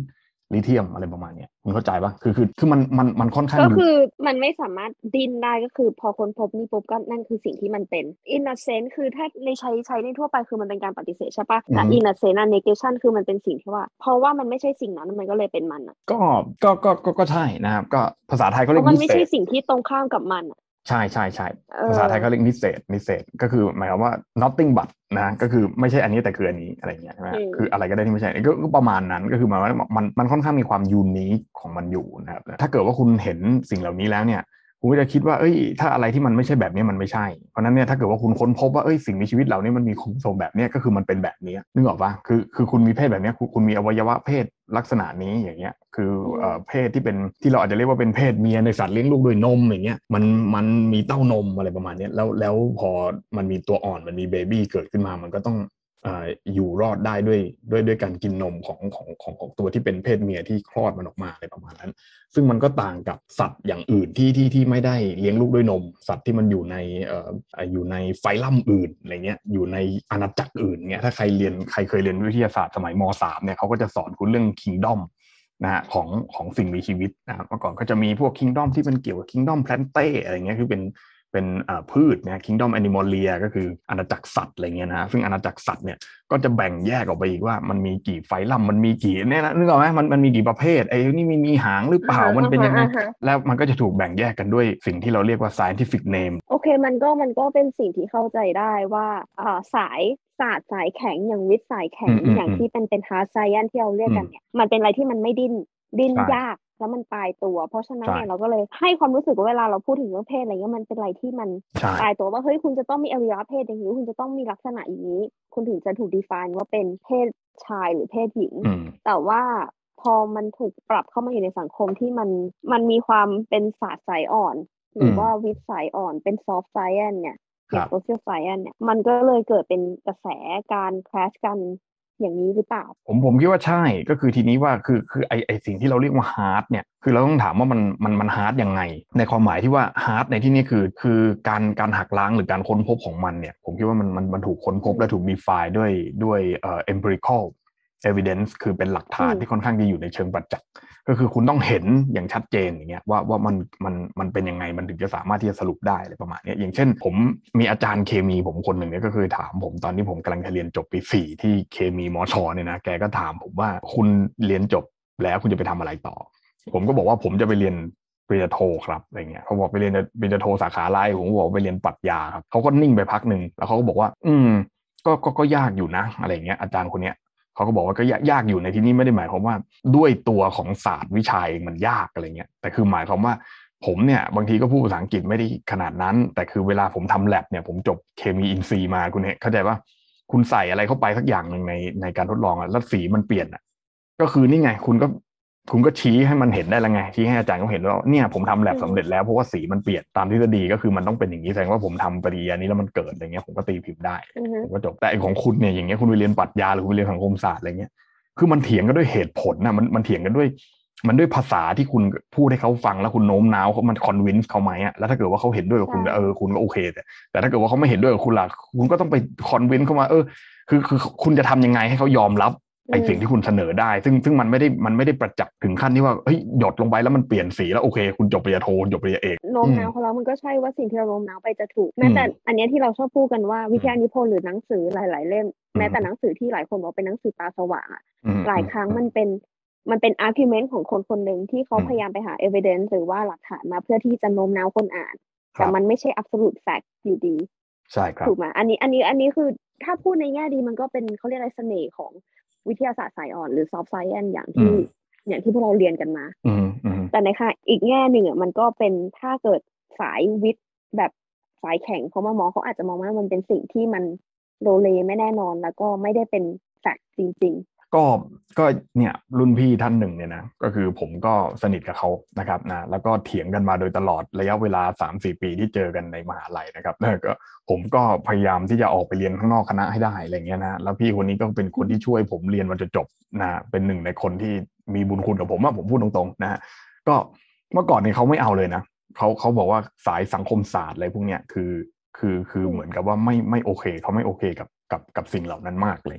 ลิเธียมอะไรประมาณนี้คุณเข้าใจปะคือคือคือมันมันมันค่อนข้างก็คือมันไม่สามารถดิ้นได้ก็คือพอค้นพบนี่ปุ๊บก็นั่นคือสิ่งที่มันเป็น in a sense คือถ้าในใช้ใช้ในทั่วไปคือมันเป็นการปฏิเสธใช่ปะแต่ in a sense negation คือมันเป็นสิ่งที่ว่าเพราะว่ามันไม่ใช่สิ่งนั้นมันก็เลยเป็นมันอ่ะก็ก็ก็ก็ก็ใช่นะครับก็ภาษาไทยเขาเรียกเพราะมันนิไม่เศษใช่สิ่งที่ตรงข้ามกับมันอ่ะใช่ใช่ใช่เอภาษาไทยอเขาเรียกนิเศษนิเศษก็คือหมายความว่า nothing but นะก็คือไม่ใช่อันนี้แต่คืออันนี้อะไรอย่างเงี้ยใช่ไหมอืมคืออะไรก็ได้ที่ไม่ใช่ก็ก็ประมาณนั้นก็คือหมายว่ามันมันค่อนข้างมีความยูนิคของมันอยู่นะครับถ้าเกิดว่าคุณเห็นสิ่งเหล่านี้แล้วเนี่ยคุณก็จะคิดว่าเอ้ยถ้าอะไรที่มันไม่ใช่แบบนี้มันไม่ใช่เพราะนั้นเนี่ยถ้าเกิดว่าคุณค้นพบว่าเอ้ยสิ่งมีชีวิตเหล่านี้มันมีโครโมโซมแบบนี้ก็คือมันเป็นแบบนี้นึกออกปะคือคือคุณมีเพศแบบนี้คุณคุณมีอวัยวะเพศลักษณะนี้อย่างเงี้ยคือเอ่อเพศที่เป็นที่เราอาจจะเรียกว่าเป็นเพศเมียในสัตว์เลี้ยงลูกด้วยนมอย่างเงี้ยมันมันมีเต้านมอะไรประมาณนี้แล้วแล้วพอมันมีตัวอ่อนมันมีเบบี้เกิดขึ้นมามันก็ต้องอ่าอยู่รอดได้ด้วยด้วยด้วยการกินนมของของของของตัวที่เป็นเพศเมียที่คลอดมันออกมาอะไรประมาณนั้นซึ่งมันก็ต่างกับสัตว์อย่างอื่นที่ที่ที่ไม่ได้เลี้ยงลูกด้วยนมสัตว์ที่มันอยู่ในเอ่ออยู่ในไฟลัมอื่นอะไรเงี้ยอยู่ในอาณาจักรอื่นเงี้ยถ้าใครเรียนใครเคยเรียนวิทยาศาสตร์สมัยม สามเนี่ยเขาก็จะสอนคุณเรื่อง Kingdom นะฮะของของสิ่งมีชีวิตนะครับเมื่อก่อนก็จะมีพวก Kingdom ที่เป็นเกี่ยวกับ Kingdom Plantae อะไรเงี้ยคือเป็นเป็นพืชนะ Kingdom Animalia ก็คืออาณาจักรสัตว์อะไรเงี้ยนะซึ่งอาณาจักรสัตว์เนี่ยก็จะแบ่งแยกออกไปอีกว่ามันมีกี่ไฟลัมมันมีกี่เนี่ยนะนึกออกไหมมันมันมีกี่ประเภทไอ้นี่มีมีหางหรือเปล่ามันเป็นยังไงแล้วมันก็จะถูกแบ่งแยกกันด้วยสิ่งที่เราเรียกว่า scientific name โอเคมันก็มันก็เป็นสิ่งที่เข้าใจได้ว่าอ่าสายศาสตร์สายแข็งอย่างวิทย์สายแข็งอย่างที่เป็นเป็น hard science ที่เราเรียกกันเนี่ยมันเป็นอะไรที่มันไม่ดิ้นดิ้นยากแล้วมันตายตัวเพราะฉะนั้นเนี่ยเราก็เลยให้ความรู้สึกว่าเวลาเราพูดถึงเรื่องเพศอะไรเงี้ยมันเป็นอะไรที่มันตายตัวว่าเฮ้ยคุณจะต้องมีอวัยวะเพศอย่างนี้คุณจะต้องมีลักษณะอย่างนี้คุณถึงจะถูก define ว่าเป็นเพศชายหรือเพศหญิงแต่ว่าพอมันถูกปรับเข้ามาอยู่ในสังคมที่มันมันมีความเป็นศาสตร์สายอ่อนหรือว่าวิทย์สายอ่อนเป็น soft science เนี่ยอย่าง social science เนี่ยมันก็เลยเกิดเป็นกระแสการ crash กันอย่างนี้หรือเปล่าผมผมคิดว่าใช่ก็คือทีนี้ว่าคือคือไอไอสิ่งที่เราเรียกว่า hard เนี่ยคือเราต้องถามว่ามันมันมัน hard ยังไงในความหมายที่ว่า hard ในที่นี้คือคือการการหักล้างหรือการค้นพบของมันเนี่ยผมคิดว่ามันมันมันถูกค้นพบและถูก define ด้วยด้วยเอ่อ empirical evidence คือเป็นหลักฐานที่ค่อนข้างดีอยู่ในเชิงประจักษ์ก็คือคุณต้องเห็นอย่างชัดเจนอย่างเงี้ยว่าว่ามันมันมันเป็นยังไงมันถึงจะสามารถที่จะสรุปได้อะไรประมาณนี้อย่างเช่นผมมีอาจารย์เคมีผมคนหนึ่งเนี่ยก็คือถามผมตอนที่ผมกำลังจะเรียนจบปีสี่ที่เคมีมชเนี่ยนะแกก็ถามผมว่าคุณเรียนจบแล้วคุณจะไปทำอะไรต่อผมก็บอกว่าผมจะไปเรียนปริญญาโทครับอะไรเงี้ยเขาบอกไปเรียนปริญญาโทสาขาอะไรผมบอกไปเรียนปรัชญาครับเขาก็นิ่งไปพักหนึ่งแล้วเขาก็บอกว่าอืมก็ก็ก็ยากอยู่นะอะไรเงี้ยอาจารย์คนเนี้ยเขาก็บอกว่าก็ยากอยู่ในที่นี้ไม่ได้หมายความว่าด้วยตัวของศาสตร์วิชาเองมันยากอะไรเงี้ยแต่คือหมายความว่าผมเนี่ยบางทีก็พูดภาษาอังกฤษไม่ได้ขนาดนั้นแต่คือเวลาผมทำแลบเนี่ยผมจบเคมีอินทรีย์มาคุณเนี่ยเข้าใจว่าคุณใส่อะไรเข้าไปสักอย่างหนึ่งในในการทดลองอะแล้วสีมันเปลี่ยนอะก็คือนี่ไงคุณก็คุณก็ชี้ให้มันเห็นได้แล้วไงชี้ให้อาจารย์เขาเห็นว่าเนี่ยผมทำแลบสำเร็จแล้วเพราะว่าสีมันเปลี่ยนตามทฤษฎีก็คือมันต้องเป็นอย่างนี้แสดงว่าผมทำปฏิกิริยานี้แล้วมันเกิดอะไรเงี้ยผมก็ตีพิมพ์ได้ผมก็จบแต่ของคุณเนี่ยอย่างเงี้ยคุณไปเรียนปรัชญาหรือคุณไปเรียนสังคมศาสตร์อะไรเงี้ยคือมันเถียงกันด้วยเหตุผลนะมันมันเถียงกันด้วยมันด้วยภาษาที่คุณพูดให้เขาฟังแล้วคุณโน้มน้าวเขามันคอนวินส์เขาไหมอะแล้วถ้าเกิดว่าเขาเห็นด้วยกับคุณเออคุณก็โอเคแต่แต่ถ้าเกิดว่าเขาไม่เห็นด้วยกับคุณล่ะคุณก็ต้องไปคอนวินส์เขามาเออคือคือคุณจะทำยังไงให้เขายอมรับไอ้สิ่งที่คุณเสนอได้ซึ่งซึ่งมันไม่ได้มันไม่ได้ประจักษ์ถึงขั้นที่ว่าเฮ้ยหยดลงไปแล้วมันเปลี่ยนสีแล้วโอเคคุณจบปริญญาโทจบปริญญาเอกโน้มน้าวเขาแล้วมันก็ใช่ว่าสิ่งที่เราโน้มน้าวไปจะถูกแม้แต่อันนี้ที่เราชอบพูดกันว่าวิทยานิพนธ์หรือหนังสือหลายๆเล่มแม้แต่หนังสือที่หลายคนบอกเป็นหนังสือตาสว่างหลายครั้งมันเป็นมันเป็น argument ของคนคนหนึ่งที่เขาพยายามไปหา evidence หรือว่าหลักฐานมาเพื่อที่จะโน้มน้าวคนอ่านแต่มันไม่ใช่ absolute fact อยู่ดีใช่ครับถูกไหมอันนี้อันนี้อันนี้คือถ้าพูดในแง่ดีมันก็เป็นเขาเรียกอะไรเสน่ห์ของวิทยาศาสตร์สายอ่อนหรือ soft science อย่างที่อย่างที่พวกเราเรียนกันมาแต่ในค่ะอีกแง่หนึ่งอ่ะมันก็เป็นถ้าเกิดสายวิทย์แบบสายแข็งเขามามองเขาอาจจะมองว่ามันเป็นสิ่งที่มันโลเลไม่แน่นอนแล้วก็ไม่ได้เป็นแฟกต์จริงๆก็ก็เนี่ยรุ่นพี่ท่านหนึ่งเนี่ยนะก็คือผมก็สนิทกับเขานะครับนะแล้วก็เถียงกันมาโดยตลอดระยะเวลา สามถึงสี่ ปีที่เจอกันในมหาลัยนะครับแล้วก็ผมก็พยายามที่จะออกไปเรียนข้างนอกคณะให้ได้อะไรเงี้ยนะแล้วพี่คนนี้ก็เป็นคนที่ช่วยผมเรียนมันจะจบนะเป็นหนึ่งในคนที่มีบุญคุณกับผมอะผมพูดตรงๆนะฮะก็เมื่อก่อนเนี่ยเขาไม่เอาเลยนะเขาเขาบอกว่าสายสังคมศาสตร์อะไรพวกเนี้ยคือคือคือเหมือนกับว่าไม่ไม่โอเคเขาไม่โอเคกับกับกับสิ่งเหล่านั้นมากอะไรเงี้ย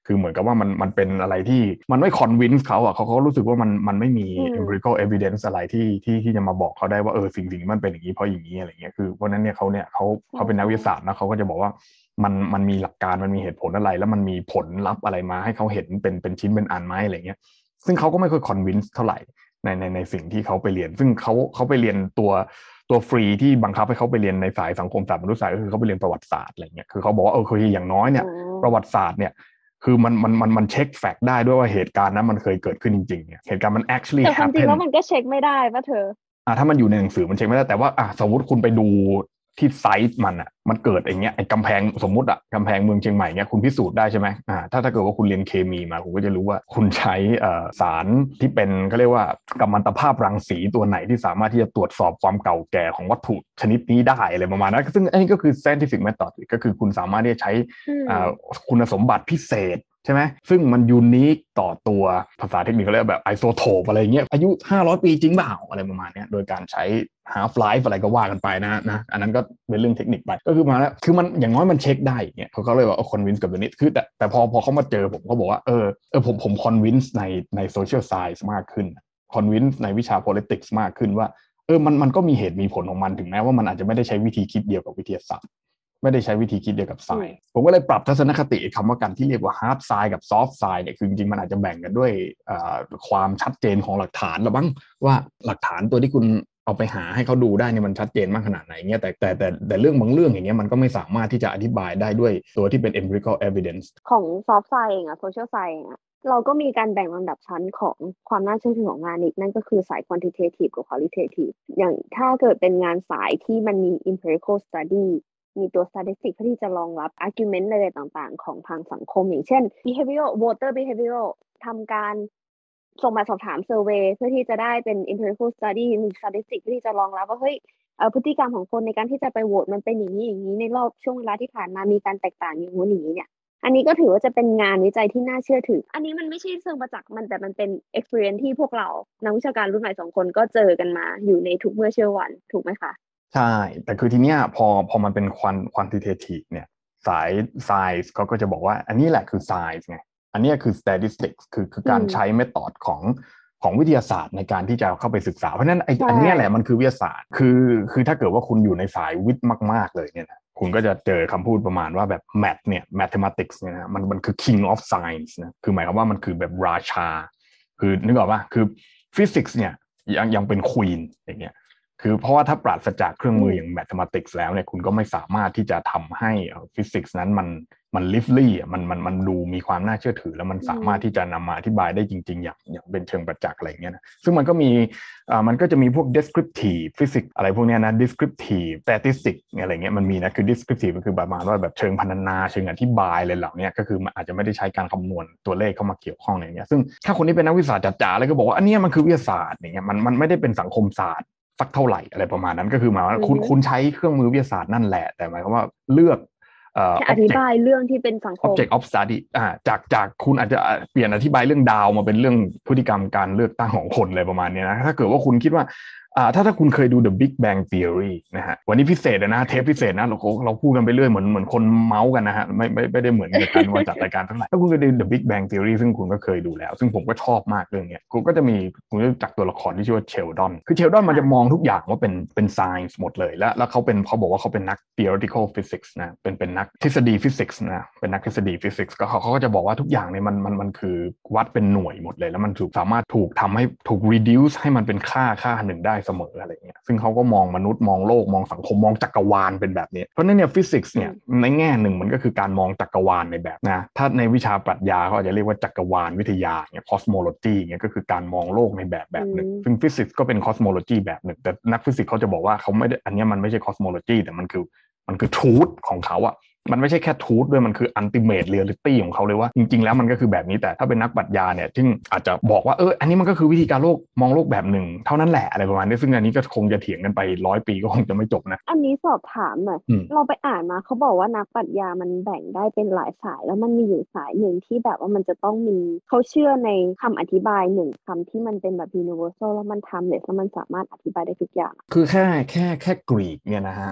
คือเหมือนกับว่ามันมันเป็นอะไรที่มันไม่ convince เขาอ่ะเขาเขารู้สึกว่ามันมันไม่มีอืม empirical evidence อะไรที่ที่ที่จะมาบอกเขาได้ว่าเออสิ่งสิ่งนี้มันเป็นอย่างนี้เพราะอย่างนี้อะไรเงี้ยคือเพราะนั้นเนี่ยเขาเนี่ยเขาใช่เขาเป็นนักใช่วิทยาศาสตร์นะเขาก็จะบอกว่ามันมันมีหลักการมันมีเหตุผลอะไรแล้วมันมีผลลัพธ์อะไรมาให้เขาเห็นเป็นเป็นชิ้นเป็นอันไหมอะไรเงี้ยซึ่งเขาก็ไม่ค่อย convince เท่าไหร่ในในในสิ่งที่เขาไปเรียนซึ่งเขาเขาไปเรียนตัวตัวฟรีที่บังคับให้เขาไปเรียนในสายสังคมศาสตร์มนุษยศาสตร์ก็คือเขาไปเรียนประวัติศาสตร์อะไรเงี้ยคือเขาบอกว่าเออคืออย่างน้อยเนี่ยอ๋อประวัติศาสตร์เนี่ยคือมันมันมันมันเช็คแฟกต์ได้ด้วยว่าเหตุการณ์นั้นมันเคยเกิดขึ้นจริงๆเนี่ยเหตุการณ์มัน actually แต่ความจริง happen แล้วมันก็เช็คไม่ได้ป่ะเธออ่าถ้ามันอยู่ในหนังสือมันเช็คไม่ได้แต่ว่าอ่ะสมมติคุณไปดูที่ไซต์มันอ่ะมันเกิดอย่างเงี้ยไอ้กำแพงสมมติอ่ะกำแพงเมืองเชียงใหม่เงี้ยคุณพิสูจน์ได้ใช่ไหมอ่าถ้าถ้าเกิดว่าคุณเรียนเคมีมาคุณก็จะรู้ว่าคุณใช้เอ่อสารที่เป็นเขาเรียกว่ากัมมันตภาพรังสีตัวไหนที่สามารถที่จะตรวจสอบความเก่าแก่ของวัตถุชนิดนี้ได้อะไรประมาณนั้นซึ่งอันนี้ก็คือ scientific method ก็คือคุณสามารถที่จะใช้อืมอ่าคุณสมบัติพิเศษใช่ไหมซึ่งมันยูนิคต่อตัวภาษาเทคนิคเขาเรียกแบบไอโซโทปอะไรเงี้ยอายุห้าร้อยปีจริงเปล่าอะไรประมาณนี้โดยการใช้ half life อะไรก็ว่ากันไปนะนะอันนั้นก็เป็นเรื่องเทคนิคไปก็คือมาแล้วคือมันอย่างน้อยมันเช็คได้อย่างเงี้ยเขาก็เลยว่าเอา convince กับตัวนี้คือแต่แต่พอพอเขามาเจอผมเขาบอกว่าเออเออผมผม convince ในใน social science มากขึ้น convince ในวิชา politics มากขึ้นว่าเออมันมันก็มีเหตุมีผลของมันถึงแม้ว่ามันอาจจะไม่ได้ใช้วิธีคิดเดียวกับวิทยาศาสตร์ไม่ได้ใช้วิธีคิดเดียวกับไซน์ผมก็เลยปรับทัศนคติคำว่ากันที่เรียกว่า hard science กับ soft science เนี่ยคือจริงๆมันอาจจะแบ่งกันด้วยความชัดเจนของหลักฐานหรือบ้างว่าหลักฐานตัวที่คุณเอาไปหาให้เขาดูได้เนี่ยมันชัดเจนมากขนาดไหนเงี้ยแต่แต่แต่แต่เรื่องบางเรื่องอย่างเงี้ยมันก็ไม่สามารถที่จะอธิบายได้ด้วยตัวที่เป็น empirical evidence ของ soft science เองอะ social science เองอะเราก็มีการแบ่งลำดับชั้นของความน่าเชื่อถือของงานอีกนั่นก็คือสาย quantitative กับ qualitative อย่างถ้าเกิดเป็นงานสายที่มันมี empirical study มีตัว statistic เพื่อที่จะรองรับ argument อะไรต่างๆของทางสังคมอย่างเช่น behavioral voter behavioral ทำการส่งมาสอบถาม survey เพื่อที่จะได้เป็น empirical study มี statistic เพื่อที่จะรองรับว่าเฮ้ยพฤติกรรมของคนในการที่จะไปโหวตมันเป็นอย่างนี้อย่างนี้ในรอบช่วงเวลาที่ผ่านมามีการแตกต่างอย่างนู้นอย่างนี้เนี่ยอันนี้ก็ถือว่าจะเป็นงานวิจัยที่น่าเชื่อถืออันนี้มันไม่ใช่เชิงประจักษ์มันแต่มันเป็น experience ที่พวกเรานักวิชาการรุ่นใหม่สองคนก็เจอกันมาอยู่ในทุกเมื่อเช้าวันถูกไหมคะใช่แต่คือทีเนี้ยพอพอมันเป็น quantitative เนี่ยสาย science เขาก็จะบอกว่าอันนี้แหละคือ science ไงอันนี้คือ statistics คือคือการใช้ method ของของวิทยาศาสตร์ในการที่จะเข้าไปศึกษาเพราะฉะนั้นไอ้อันนี้แหละมันคือวิทยาศาสตร์คือคือถ้าเกิดว่าคุณอยู่ในสายวิทย์มากๆเลยเนี่ยนะคุณก็จะเจอคำพูดประมาณว่าแบบ math เนี่ย mathematics เนี่ยนะมันมันคือ king of science นะคือหมายความว่ามันคือแบบราชาคือนึกออกป่ะคือ physics เนี่ยยังยังเป็น queen อย่างเงี้ยคือเพราะว่าถ้าปราศจากเครื่องมืออย่าง mathematics แล้วเนี่ยคุณก็ไม่สามารถที่จะทำให้ physics นั้นมันมัน lively อ่ะมันมันมันดูมีความน่าเชื่อถือแล้วมันสามารถที่จะนำมาอธิบายได้จริงๆอย่างอย่างเป็นเชิงประจักษ์อะไรอย่างเงี้ยนะซึ่งมันก็มีอ่ามันก็จะมีพวก descriptive physics อะไรพวกเนี้ยนะ descriptive statistics อะไรเงี้ยมันมีนะคือ descriptive ก็คือประมาณว่าแบบเชิงพรรณนาเชิงอธิบายอะไรเหล่านี้ก็คือมันอาจจะไม่ได้ใช้การคำนวณตัวเลขเข้ามาเกี่ยวข้องอะไรเงี้ยซึ่งถ้าคนที่เป็นนักวิทยาศาสตร์จ๋าๆเลยก็บอกว่าอันนี้มันคือวิทยาศาสตร์อย่างเงี้ยมันมันไม่ได้เป็นสังคมศาสตร์สักเท่าไหร่อะไรประมาณนั้นก็คือหมายว่าคุณคุณใช้เครื่องมือวิทยาศาสตร์นั่นแหละแต่หมายความว่าเลือกเอ่ออธิบายเรื่องที่เป็นสังคม object of study อ่าจากจากคุณอาจจะเปลี่ยนอธิบายเรื่องดาวมาเป็นเรื่องพฤติกรรมการเลือกตั้งของคนอะไรประมาณนี้นะถ้าเกิดว่าคุณคิดว่าอ่าถ้าถ้าคุณเคยดู The Big Bang Theory นะฮะวันนี้พิเศษนะเทปพิเศษนะเราเราพูดกันไปเรื่อยเหมือนเหมือนคนเมาส์กันนะฮะไม่ไม่ไม่ได้เหมือนกับการมาจัดรายการเท่าไหร่ถ้าคุณเคยดู The Big Bang Theory ซึ่งคุณก็เคยดูแล้วซึ่งผมก็ชอบมากเรื่องนี้คุณก็จะมีคุณรู้จักตัวละครที่ชื่อว่าเชลดอนคือเชลดอนมันจะมองทุกอย่างว่าเป็นเป็น science หมดเลยแล้วแล้วเขาเป็นเขาบอกว่าเขาเป็นนัก theoretical physics นะเป็นเป็นนักทฤษฎีฟิสิกส์นะเป็นนักทฤษฎีฟิสิกส์ก็เขาเขาก็จะบอกว่าทุกอย่างเนี่ยมันมันมันคือวัดเป็นหน่วยหมดเลยแล้วมันถูกสามารถถูกทำให้ถูก reduce ให้มันเป็นค่าค่าหนึ่งได้เสมออะไรเงี้ยซึ่งเขาก็มองมนุษย์มองโลกมองสังคมมองจักรวาลเป็นแบบนี้เพราะนั้นเนี่ยฟิสิกส์เนี่ยในแง่หนึ่งมันก็คือการมองจักรวาลในแบบนะถ้าในวิชาปรัชญาเขาอาจจะเรียกว่าจักรวาลวิทยาเนี่ย cosmology เนี่ยก็คือการมองโลกในแบบแบบหนึ่งซึ่งฟิสิกส์ก็เป็น cosmology แบบหนึ่งแต่นักฟิสิกส์เขาจะบอกว่าเขาไม่ได้อันนี้มันไม่ใช่ cosmology แต่มันคือมันคือ truth ของเขาอะมันไม่ใช่แค่ truth ด้วยมันคือ ultimate reality ของเขาเลยว่าจริงๆแล้วมันก็คือแบบนี้แต่ถ้าเป็นนักปรัชญาเนี่ยซึ่งอาจจะบอกว่าเอออันนี้มันก็คือวิธีการโลกมองโลกแบบหนึ่งเท่านั้นแหละอะไรประมาณนี้ซึ่งอันนี้ก็คงจะเถียงกันไปร้อยปีก็คงจะไม่จบนะอันนี้สอบถามหน่อยเราไปอ่านมาเขาบอกว่านักปรัชญามันแบ่งได้เป็นหลายสายแล้วมันมีอยู่สายหนึ่งที่แบบว่ามันจะต้องมีเขาเชื่อในคำอธิบายหนึ่งคำที่มันเป็นแบบ universal แล้วมันทำเลยแล้วมันสามารถอธิบายได้ทุกอย่างคือแค่แค่แค่กรีกเนี่ยนะฮะ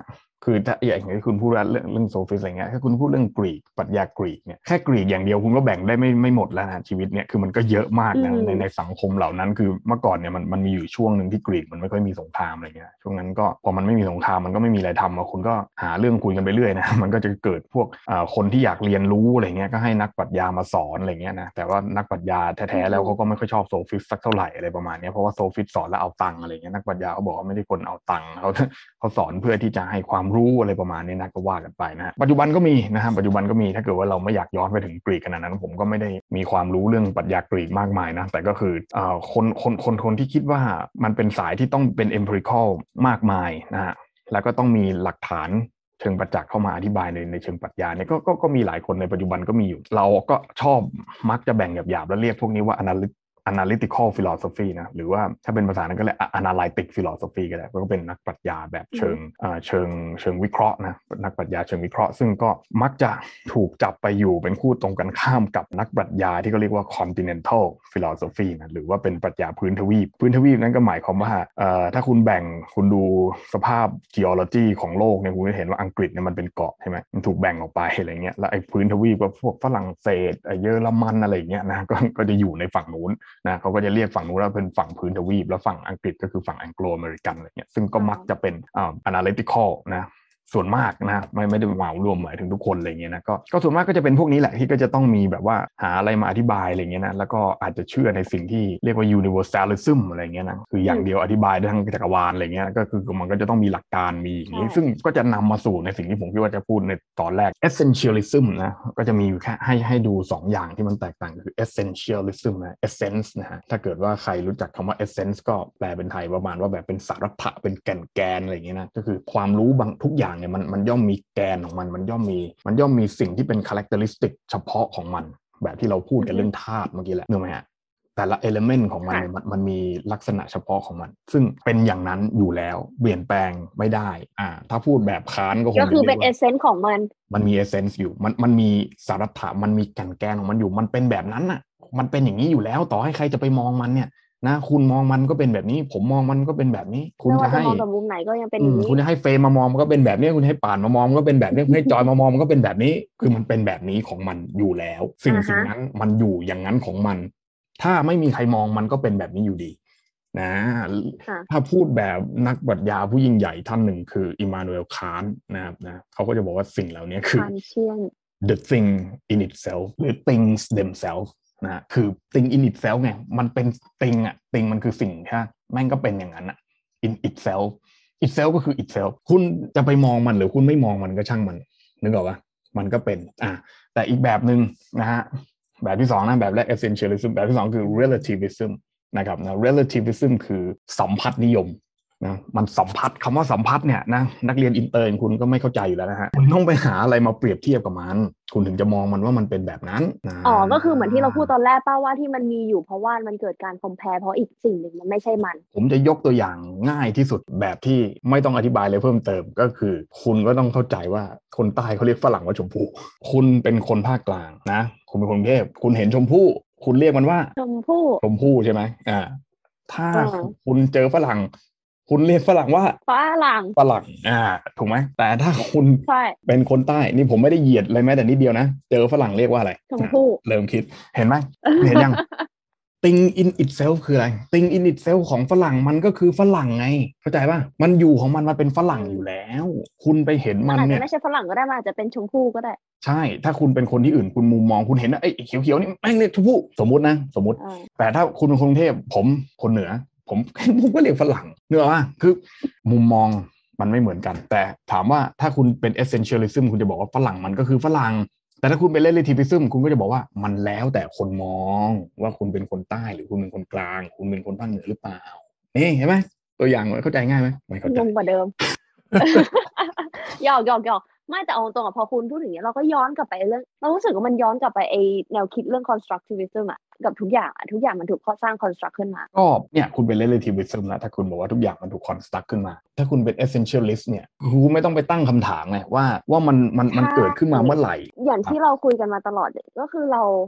คือถ้าอย่างที่คุณพูดเรื่องเรื่องโซฟิสอะไรเงี้ยถ้าคุณพูดเรื่องกรีกปรัชญากรีกเนี่ยแค่กรีกอย่างเดียวคุณก็แบ่งได้ไม่ไม่หมดแล้วนะชีวิตเนี่ยคือมันก็เยอะมากนะในในสังคมเหล่านั้นคือเมื่อก่อนเนี่ยมันมันมีอยู่ช่วงหนึ่งที่กรีกมันไม่ค่อยมีสงครามอะไรเงี้ยช่วงนั้นก็พอมันไม่มีสงครามมันก็ไม่มีอะไรทำคุณก็หาเรื่องคุยกันไปเรื่อยนะมันก็จะเกิดพวกคนที่อยากเรียนรู้อะไรเงี้ยก็ให้นักปรัชญามาสอนอะไรเงี้ยนะแต่ว่านักปรัชญาแท้ๆแล้วเขาก็ไม่ค่อยชอบโซฟิสสักเท่าไหร่อะไรประมาณนี้เพราะว่าโซฟิสสอนแล้วเอาตังค์อะไรเงี้ยนักปรัชญาเขาบอกว่าไม่ได้คนเอาตังค์เขาเขาสอนเพื่อที่จะให้ความรู้อะไรประมาณนี้นะก็ว่ากันไปนะปัจจุบันก็มีนะครับปัจจุบันก็มีถ้าเกิดว่าเราไม่อยากย้อนไปถึงกรีกขนาดนั้นผมก็ไม่ได้มีความรู้เรื่องปรัชญากรีกมากมายนะแต่ก็คือเอ่อคนคนคนคนที่คิดว่ามันเป็นสายที่ต้องเป็น empirical มากมายนะฮะแล้วก็ต้องมีหลักฐานเชิงประจักษ์เข้ามาอธิบายในในเชิงปรัชญาเนี่ยก็ก็ก็มีหลายคนในปัจจุบันก็มีอยู่เราก็ชอบมักจะแบ่งหยาบๆแล้วเรียกพวกนี้ว่า analytic analytical philosophy นะหรือว่าถ้าเป็นภาษานั้นก็เรียก analytic philosophy ก็ได้ก็เป็นนักปรัชญาแบบเชิงเชิงเชิงวิเคราะห์นะนักปรัชญาเชิงวิเคราะห์ซึ่งก็มักจะถูกจับไปอยู่เป็นคู่ตรงกันข้ามกับนักปรัชญาที่เขาเรียกว่า continental philosophy นะหรือว่าเป็นปรัชญาพื้นทวีปพื้นทวีปนั้นก็หมายความว่าถ้าคุณแบ่งคุณดูสภาพ geology ของโลกเนี่ยคุณจะเห็นว่าอังกฤษเนี่ยมันเป็นเกาะใช่ไหมมันถูกแบ่งออกไปอะไรเงี้ยแล้วไอ้พื้นทวีปก็พวกฝรั่งเศสเยอรมันอะไรเงี้ยนะก็ก็จะอยู่ในฝั่งนู้นนะเขาก็จะเรียกฝั่งนู้นว่าเป็นฝั่งพื้นทวีปแล้วฝั่งอังกฤษก็คือฝั่งแองโกลอเมริกันอะไรเงี้ยซึ่งก็มักจะเป็นอ่า analytical นะส่วนมากนะไม่ไม่ได้เหมารวมหมายถึงทุกคนอะไรเงี้ยนะก็ก็ส่วนมากก็จะเป็นพวกนี้แหละที่ก็จะต้องมีแบบว่าหาอะไรมาอธิบายอะไรเงี้ยนะแล้วก็อาจจะเชื่อในสิ่งที่เรียกว่า universalism อะไรเงี้ยนะคืออย่างเดียวอธิบายได้ทั้งจักรวาลอะไรเงี้ยก็คือมันก็จะต้องมีหลักการมีอย่างนี้ซึ่งก็จะนำมาสู่ในสิ่งที่ผมคิดว่าจะพูดในตอนแรก essentialism นะก็จะมีอยู่แค่ให้ให้ดูสองอย่างที่มันแตกต่างคือ essentialism นะ essence นะฮะถ้าเกิดว่าใครรู้จักคำว่า essence ก็แปลเป็นไทยประมาณว่าแบบเป็นสาระเป็นแก่นแกนอะไรเงี้ยนะก็คือความรู้บางทุกอย่างเนี่ยมันมันย่อมมีแกนของมันมันย่อมมีมันย่อมมีสิ่งที่เป็น characteristic เฉพาะของมันแบบที่เราพูดกันเรื่องธาตุเมื่อกี้แหละนึกไหมฮะแต่ละ element ของมันมันมันมีลักษณะเฉพาะของมันซึ่งเป็นอย่างนั้นอยู่แล้วเปลี่ยนแปลงไม่ได้อ่าถ้าพูดแบบค้านก็คงก็คือเป็น essence ของมันมันมี essence อยู่มันมันมีสาระมันมีแก่นแกนของมันอยู่มันเป็นแบบนั้นน่ะมันเป็นอย่างนี้อยู่แล้วต่อให้ใครจะไปมองมันเนี่ยนะคุณมองมันก็เป็นแบบนี้ผมมองมันก็เป็นแบบนี้คุณจะให้มองจากมุมไหนก็ยังเป็นอย่างนี้คุณจะให้เฟย์มามองมันก็เป็นแบบนี้คุณให้ป่านมามองมันก็เป็นแบบนี้คุณให้จอยมามองมันก็เป็นแบบนี้คือมันเป็นแบบนี้ของมันอยู่แล้วสิ่งสิ่งนั้นมันอยู่อย่างนั้นของมันถ้าไม่มีใครมองมันก็เป็นแบบนี้อยู่ดีนะถ้าพูดแบบนักปรัชญาผู้ยิ่งใหญ่ท่านหนึ่งคืออิมมานูเอลคานต์นะครับนะเขาก็จะบอกว่าสิ่งเหล่านี้คือ the thing in itself หรือ things themselves นะคือ thing in itself ไงมันเป็น thing อ่ะ thing มันคือสิ่งใช่ไหมแม่งก็เป็นอย่างนั้นอ่ะ in itself itself ก็คือ itself คุณจะไปมองมันหรือคุณไม่มองมันก็ช่างมันนึกออกปะมันก็เป็นอ่ะแต่อีกแบบหนึ่งนะฮะแบบที่สองนะแบบแรก essentialism แบบที่สองคือ relativism นะครับนะ relativism คือสัมพัทธนิยมนะมันสัมพัทธ์คำว่าสัมพัทธ์เนี่ยนะนักเรียนอินเตอร์คุณก็ไม่เข้าใจอยู่แล้วนะฮะคุณต้องไปหาอะไรมาเปรียบเทียบกับมันคุณถึงจะมองมันว่ามันเป็นแบบนั้นนะอ๋อก็คือเหมือนที่เราพูดตอนแรกป้าว่าที่มันมีอยู่เพราะว่ามันเกิดการ compare เพราะอีกสิ่งหนึ่งมันไม่ใช่มันผมจะยกตัวอย่างง่ายที่สุดแบบที่ไม่ต้องอธิบายเลยเพิ่มเติมก็คือคุณก็ต้องเข้าใจว่าคนใต้เขาเรียกฝรั่งว่าชมพู่คุณเป็นคนภาคกลางนะคุณเป็นคนกรุงเทพคุณเห็นชมพู่คุณเรียกมันว่าชมพู่ชมพู่ใช่ไหมอ่าถ้าคุณเจอฝรั่งคุณเรียกฝรั่งว่าฝรั่งฝรั่งอ่าถูกไหมแต่ถ้าคุณเป็นคนใต้นี่ผมไม่ได้เหยียดเลยแม้แต่นิดเดียวนะเจอฝรั่งเรียกว่าอะไรชมพู่เริ่มคิดเห็นไหมเห็นยัง thing in itself คืออะไร thing in itself ของฝรั่งมันก็คือฝรั่งไงเข้าใจป่ะมันอยู่ของมันมันเป็นฝรั่งอยู่แล้วคุณไปเห็นมันเนี่ยอาจจะไม่ใช่ฝรั่งก็ได้มันอาจจะเป็นชมพู่ก็ได้ใช่ถ้าคุณเป็นคนที่อื่นคุณมุมมองคุณเห็นนะไอ้เขียวๆนี่แม่งเรียกชมพู่สมมุตินะสมมุติแต่ถ้าคุณเป็นคนกรุงเทพผมคนเหนือผมผมก็เรียกฝรั่งเนอะว่าคือมุมมองมันไม่เหมือนกันแต่ถามว่าถ้าคุณเป็น essentialism คุณจะบอกว่าฝรั่งมันก็คือฝรั่งแต่ถ้าคุณเป็น relativism คุณก็จะบอกว่ามันแล้วแต่คนมองว่าคุณเป็นคนใต้หรือคุณเป็นคนกลางคุณเป็นคนภาคเหนือหรือเปล่านี่เห็นไหมตัวอย่างเข้าใจง่ายไหมไม่เข้าใจงงกว่าเดิม หยอกหยอกหยอกไม่แต่เอาตรงๆพอคุณพูดถึงเนี้ยเราก็ย้อนกลับไปเรื่องเรารู้สึกว่ามันย้อนกลับไปไอแนวคิดเรื่อง constructivism อะกับทุกอย่างอะทุกอย่างมันถูกสร้าง construct ขึ้นมาก็เนี่ยคุณเป็น relativism นะถ้าคุณบอกว่าทุกอย่างมันถูก construct ขึ้นมาถ้าคุณเป็น essentialist เนี่ยคุณไม่ต้องไปตั้งคำถามไงว่าว่ามันมันมันเกิดขึ้นมาเมื่อไหร่อย่างที่เราคุยกันมาตลอดก็คือเรา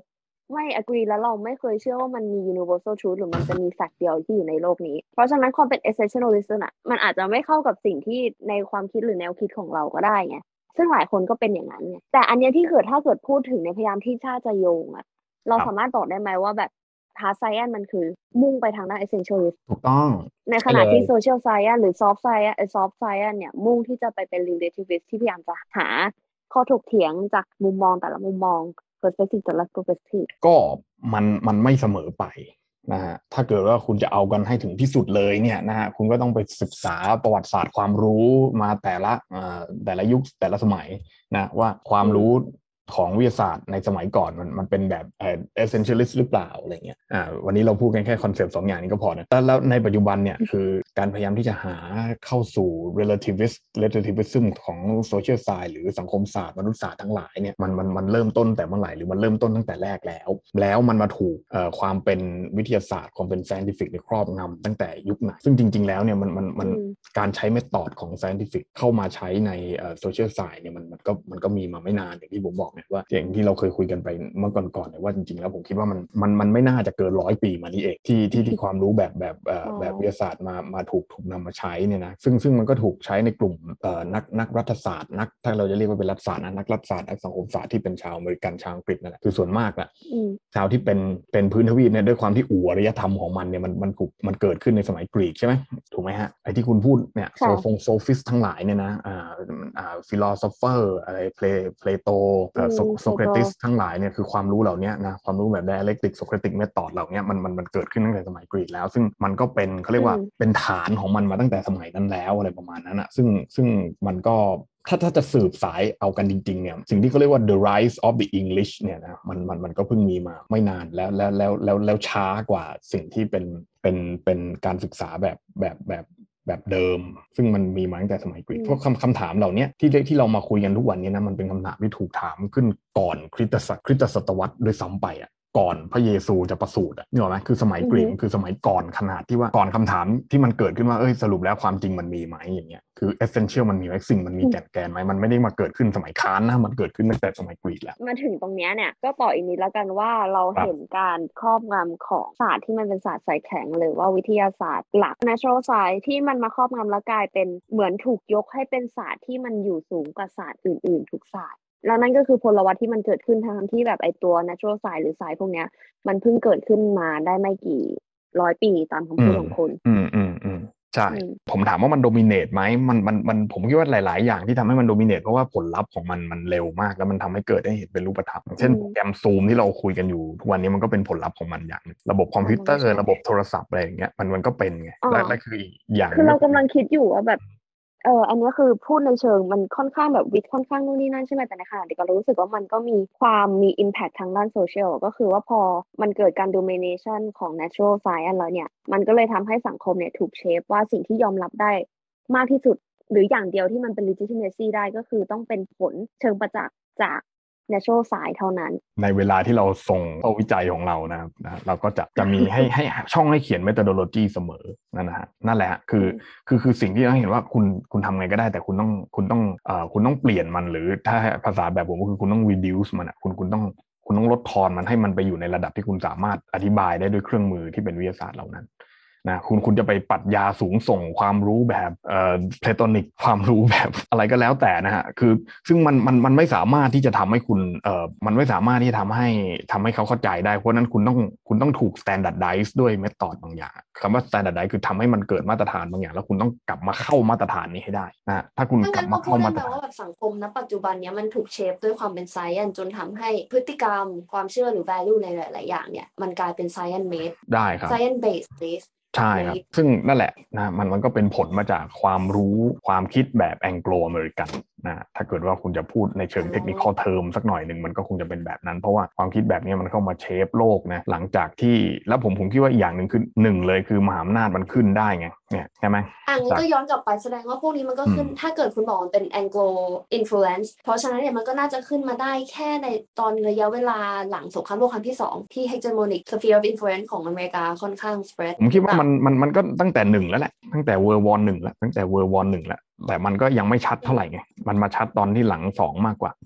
ไม่ agree แล้วเราไม่เคยเชื่อว่ามันมี universal truth หรือมันจะมี fact เดียวที่อยู่ในโลกนี้เพราะฉะนั้นความเป็น essentialism อ่ะมันอาจจะไม่เข้ากับสิ่งที่ในความคิดหรือแนวคิดของเราก็ได้ไงซึ่งหลายคนก็เป็นอย่างนั้นไงแต่อันเนี้ยที่เกิดถ้าเกิดพูดถึงในพยายามที่ชาจะโยงอ่ะเราสามารถบอกได้ไหมว่าแบบ hard science มันคือมุ่งไปทางด้าน essentialist ถูกต้องในขณะที่ social science หรือ soft science เอ่อ soft science เนี่ยมุ่งที่จะไปเป็น relativist ที่พยายามจะหาข้อถกเถียงจากมุมมองแต่ละมุมมอง perspective แต่ละ perspective ก็มันมันไม่เสมอไปนะฮะถ้าเกิดว่าคุณจะเอากันให้ถึงที่สุดเลยเนี่ยนะฮะคุณก็ต้องไปศึกษาประวัติศาสตร์ความรู้มาแต่ละแต่ละยุคแต่ละสมัยนะว่าความรู้ของวิทยาศาสตร์ในสมัยก่อนมันมันเป็นแบบเอ่อ essentialist หรือเปล่าอะไรเงี้ยอ่าวันนี้เราพูดกันแค่คอนเซปต์สองอย่างนี้ก็พอนะแต่แล้วในปัจจุบันเนี่ยคือการพยายามที่จะหาเข้าสู่ relativist relativism ของ social science หรือสังคมศาสตร์มนุษยศาสตร์ทั้งหลายเนี่ยมันมันมันเริ่มต้นแต่เมื่อไหร่หรือมันเริ่มต้นตั้งแต่แรกแล้วแล้วมันมาถูกเอ่อความเป็นวิทยาศาสตร์ความเป็น scientific ในครอบงำตั้งแต่ยุคไหนซึ่งจริงๆแล้วเนี่ยมันมันมันการใช้เมธอดของ scientific เข้ามาใช้ในเอ่อ social science เนี่ยมันมันก็มันก็มีมาไม่นานอย่างที่ผมบอกเนี่ยว่าอย่างที่เราเคยคุยกันไปเมื่อก่อนๆเนี่ยว่าจริงๆแล้วผมคิดว่ามันมันมันไม่น่าจะเกินร้อยปีมานี้เองที่ที่ที่ความรู้แบบแบบเอ่อแบบวิทยาศาสตร์มามาถูกถูกนำมาใช้เนี่ยนะซึ่งซึ่งมันก็ถูกใช้ในกลุ่มเอ่อนักนักรัฐศาสตร์นักถ้าเราจะเรียกว่าเป็นรัฐศาสตร์นะนักรัฐศาสตร์นักสังคมศาสตร์ที่เป็นชาวอเมริกันชาวอังกฤษนั่นแหละคือส่วนมากอะชาวที่เป็นเป็นพื้นทวีปเนี่ยด้วยความที่อู่อารยธรรมของมันเนี่ยมันมันถูกมันเกิดขึ้นในสมัยกรีกใช่ไหมถูกไหมฮะไอ้ที่คุณพูดเนี่ยโซฟงโซฟิสทั้งหลายเนี่ยนะอ่าอ่าฟิโลโซเฟอร์อะไรเพลเพลโตเอ่อโซเครติสทั้งหลายเนี่ยคือความรู้เหล่านี้นะความรู้แบบ dialectic Socratic method เหล่านี้มันมันมันเกิดขึ้นตั้งแต่สมัยกรีกแล้วซึ่งมันก็เป็นเขาเรียกว่าเป็นฐานของมันมาตั้งแต่สมัยนั้นแล้วอะไรประมาณนั้นนะซึ่งซึ่งมันก็ถ้าถ้าจะสืบสายเอากันจริงๆเนี่ยสิ่งที่เขาเรียกว่า the rise of the English เนี่ยนะมันมันมันก็เพิ่งมีมาไม่นานแล้วแล้วแล้วแล้วแล้วช้ากว่าสิ่งที่เป็นเป็นเป็นการศึกษาแบบแบบแบบแบบเดิมซึ่งมันมีมาตั้งแต่สมัยกรีกเพราะคำคำถามเหล่านี้ที่ที่เรามาคุยกันทุกวันนี้นะมันเป็นคำถามที่ถูกถามขึ้นก่อนคริสตศักราชคริสตศตวรรษด้วยซ้ำไปอ่ะก่อนพระเยซูจะประสูติอ่ะนี่หรอไหมคือสมัยกรีกคือสมัยก่อนขนาดที่ว่าก่อนคำถามที่มันเกิดขึ้นว่าเอ้ยสรุปแล้วความจริงมันมีไหมอย่างเงี้ยคือ essential มันมีไหมสิ่งมันมีแก่นแกนไหมมันไม่ได้มาเกิดขึ้นสมัยค้านนะมันเกิดขึ้นตั้งแต่สมัยกรีกแล้วมาถึงตรงนี้เนี่ยก็ต่ออีกนิดแล้วกันว่าเราเห็นการครอบงำของศาสตร์ที่มันเป็นศาสตร์สายแข็งหรือว่าวิทยาศาสตร์หลัก natural science ที่มันมาครอบงำแล้วกลายเป็นเหมือนถูกยกให้เป็นศาสตร์ที่มันอยู่สูงกว่าศาสตร์อื่นๆทุกศาสตร์แล้วนั่นก็คือพลวัตที่มันเกิดขึ้นทั้งที่แบบไอตัว natural science หรือ science พวกเนี้ยมันเพิ่งเกิดขึ้นมาได้ไม่กี่ร้อยปีตามคำพูดของคุณอืมอืมอืมใช่ผมถามว่ามันโดมิเนตไหมมันมันมันผมคิดว่าหลายๆอย่างที่ทำให้มันโดมิเนตเพราะว่าผลลัพธ์ของมันมันเร็วมากแล้วมันทำให้เกิดได้เห็นเป็นรูปธรรมเช่นโปรแกรมซูมที่เราคุยกันอยู่ทุกวันนี้มันก็เป็นผลลัพธ์ของมันอย่างระบบคอมพิวเตอร์ระบบโทรศัพท์อะไรอย่างเงี้ยมันมันก็เป็นไงและและคืออีกอย่างคือเรากำลังคิดอยู่ว่าแบบเอออันนี้คือพูดในเชิงมันค่อนข้างแบบวิทย์ค่อนข้างนู่นนี่นั่นใช่ไหมแต่ในขณะเดียวกันรู้สึกว่ามันก็มีความมี impact ทางด้านโซเชียลก็คือว่าพอมันเกิดการ domination ของ natural science แล้วเนี่ยมันก็เลยทำให้สังคมเนี่ยถูกเชฟว่าสิ่งที่ยอมรับได้มากที่สุดหรืออย่างเดียวที่มันเป็น legitimacy ได้ก็คือต้องเป็นผลเชิงประจักษ์จาก natural science เท่านั้นในเวลาที่เราส่งเข้าวิจัยของเรานะครับนะเราก็จะจะมีให้ให้ช่องให้เขียน methodology เสมอนั่นนะฮะนั่นแหละคือคือคือสิ่งที่เราเห็นว่าคุณคุณทำไงก็ได้แต่คุณต้องคุณต้องเอ่อคุณต้องเปลี่ยนมันหรือถ้าภาษาแบบผมก็คือคุณต้อง reduce มันอ่ะคุณคุณต้องคุณต้องลดทอนมันให้มันไปอยู่ในระดับที่คุณสามารถอธิบายได้ด้วยเครื่องมือที่เป็นวิทยาศาสตร์เหล่านั้นนะคุณคุณจะไปปรัชญาสูงส่งความรู้แบบเอ่อเพลโตนิกความรู้แบบอะไรก็แล้วแต่นะฮะคือซึ่งมันมันมันไม่สามารถที่จะทำให้คุณเอ่อมันไม่สามารถที่จะทำให้ทำให้เขาเข้าใจได้เพราะนั้นคุณต้องคุณต้องถูก standardize ด้วยเมธอดบางอย่างคำว่า standardize คือทำให้มันเกิดมาตรฐานบางอย่างแล้วคุณต้องกลับมาเข้ามาตรฐานนี้ให้ได้นะถ้าคุณกลับมาเข้ามาตรฐานว่าแบบสังคมณปัจจุบันนี้มันถูกเชฟด้วยความเป็น science จนทำให้พฤติกรรมความเชื่อหรือ value ในหลายๆอย่างเนี่ยมันกลายเป็น science made ได้ครับ science based ใช่ครับซึ่งนั่นแหละนะมันมันก็เป็นผลมาจากความรู้ความคิดแบบแองโกลอเมริกันนะถ้าเกิดว่าคุณจะพูดในเชิงเทคนิคอลเทอมสักหน่อยหนึ่งมันก็คงจะเป็นแบบนั้นเพราะว่าความคิดแบบนี้มันเข้ามาเชฟโลกนะหลังจากที่แล้วผมผมคิดว่าอย่างหนึ่งคือหนึ่งเลยคือมหาอำนาจมันขึ้นได้ไงเนี่ยใช่ไหมอ่ะงั้นก็ย้อนกลับไปแสดงว่าพวกนี้มันก็ขึ้นถ้าเกิดคุณบอกมันเป็น Anglo influence เพราะฉะนั้นเนี่ยมันก็น่าจะขึ้นมาได้แค่ในตอนระยะเวลาหลังสงครามโลกครั้งที่สองที่ hegemonic sphere of influence ของอเมริกาค่อนข้าง spread ผมคิดว่ามันมันมันก็ตั้งแต่หนึ่งแล้วแหละตั้งแต่ World War หนึ่งแล้วตั้งแต่ World War หนึ่งแล้วแต่มันก็ยังไม่ชัดเท่าไหร่ไงมันมาชัดตอนที่หลังสองมากกว่า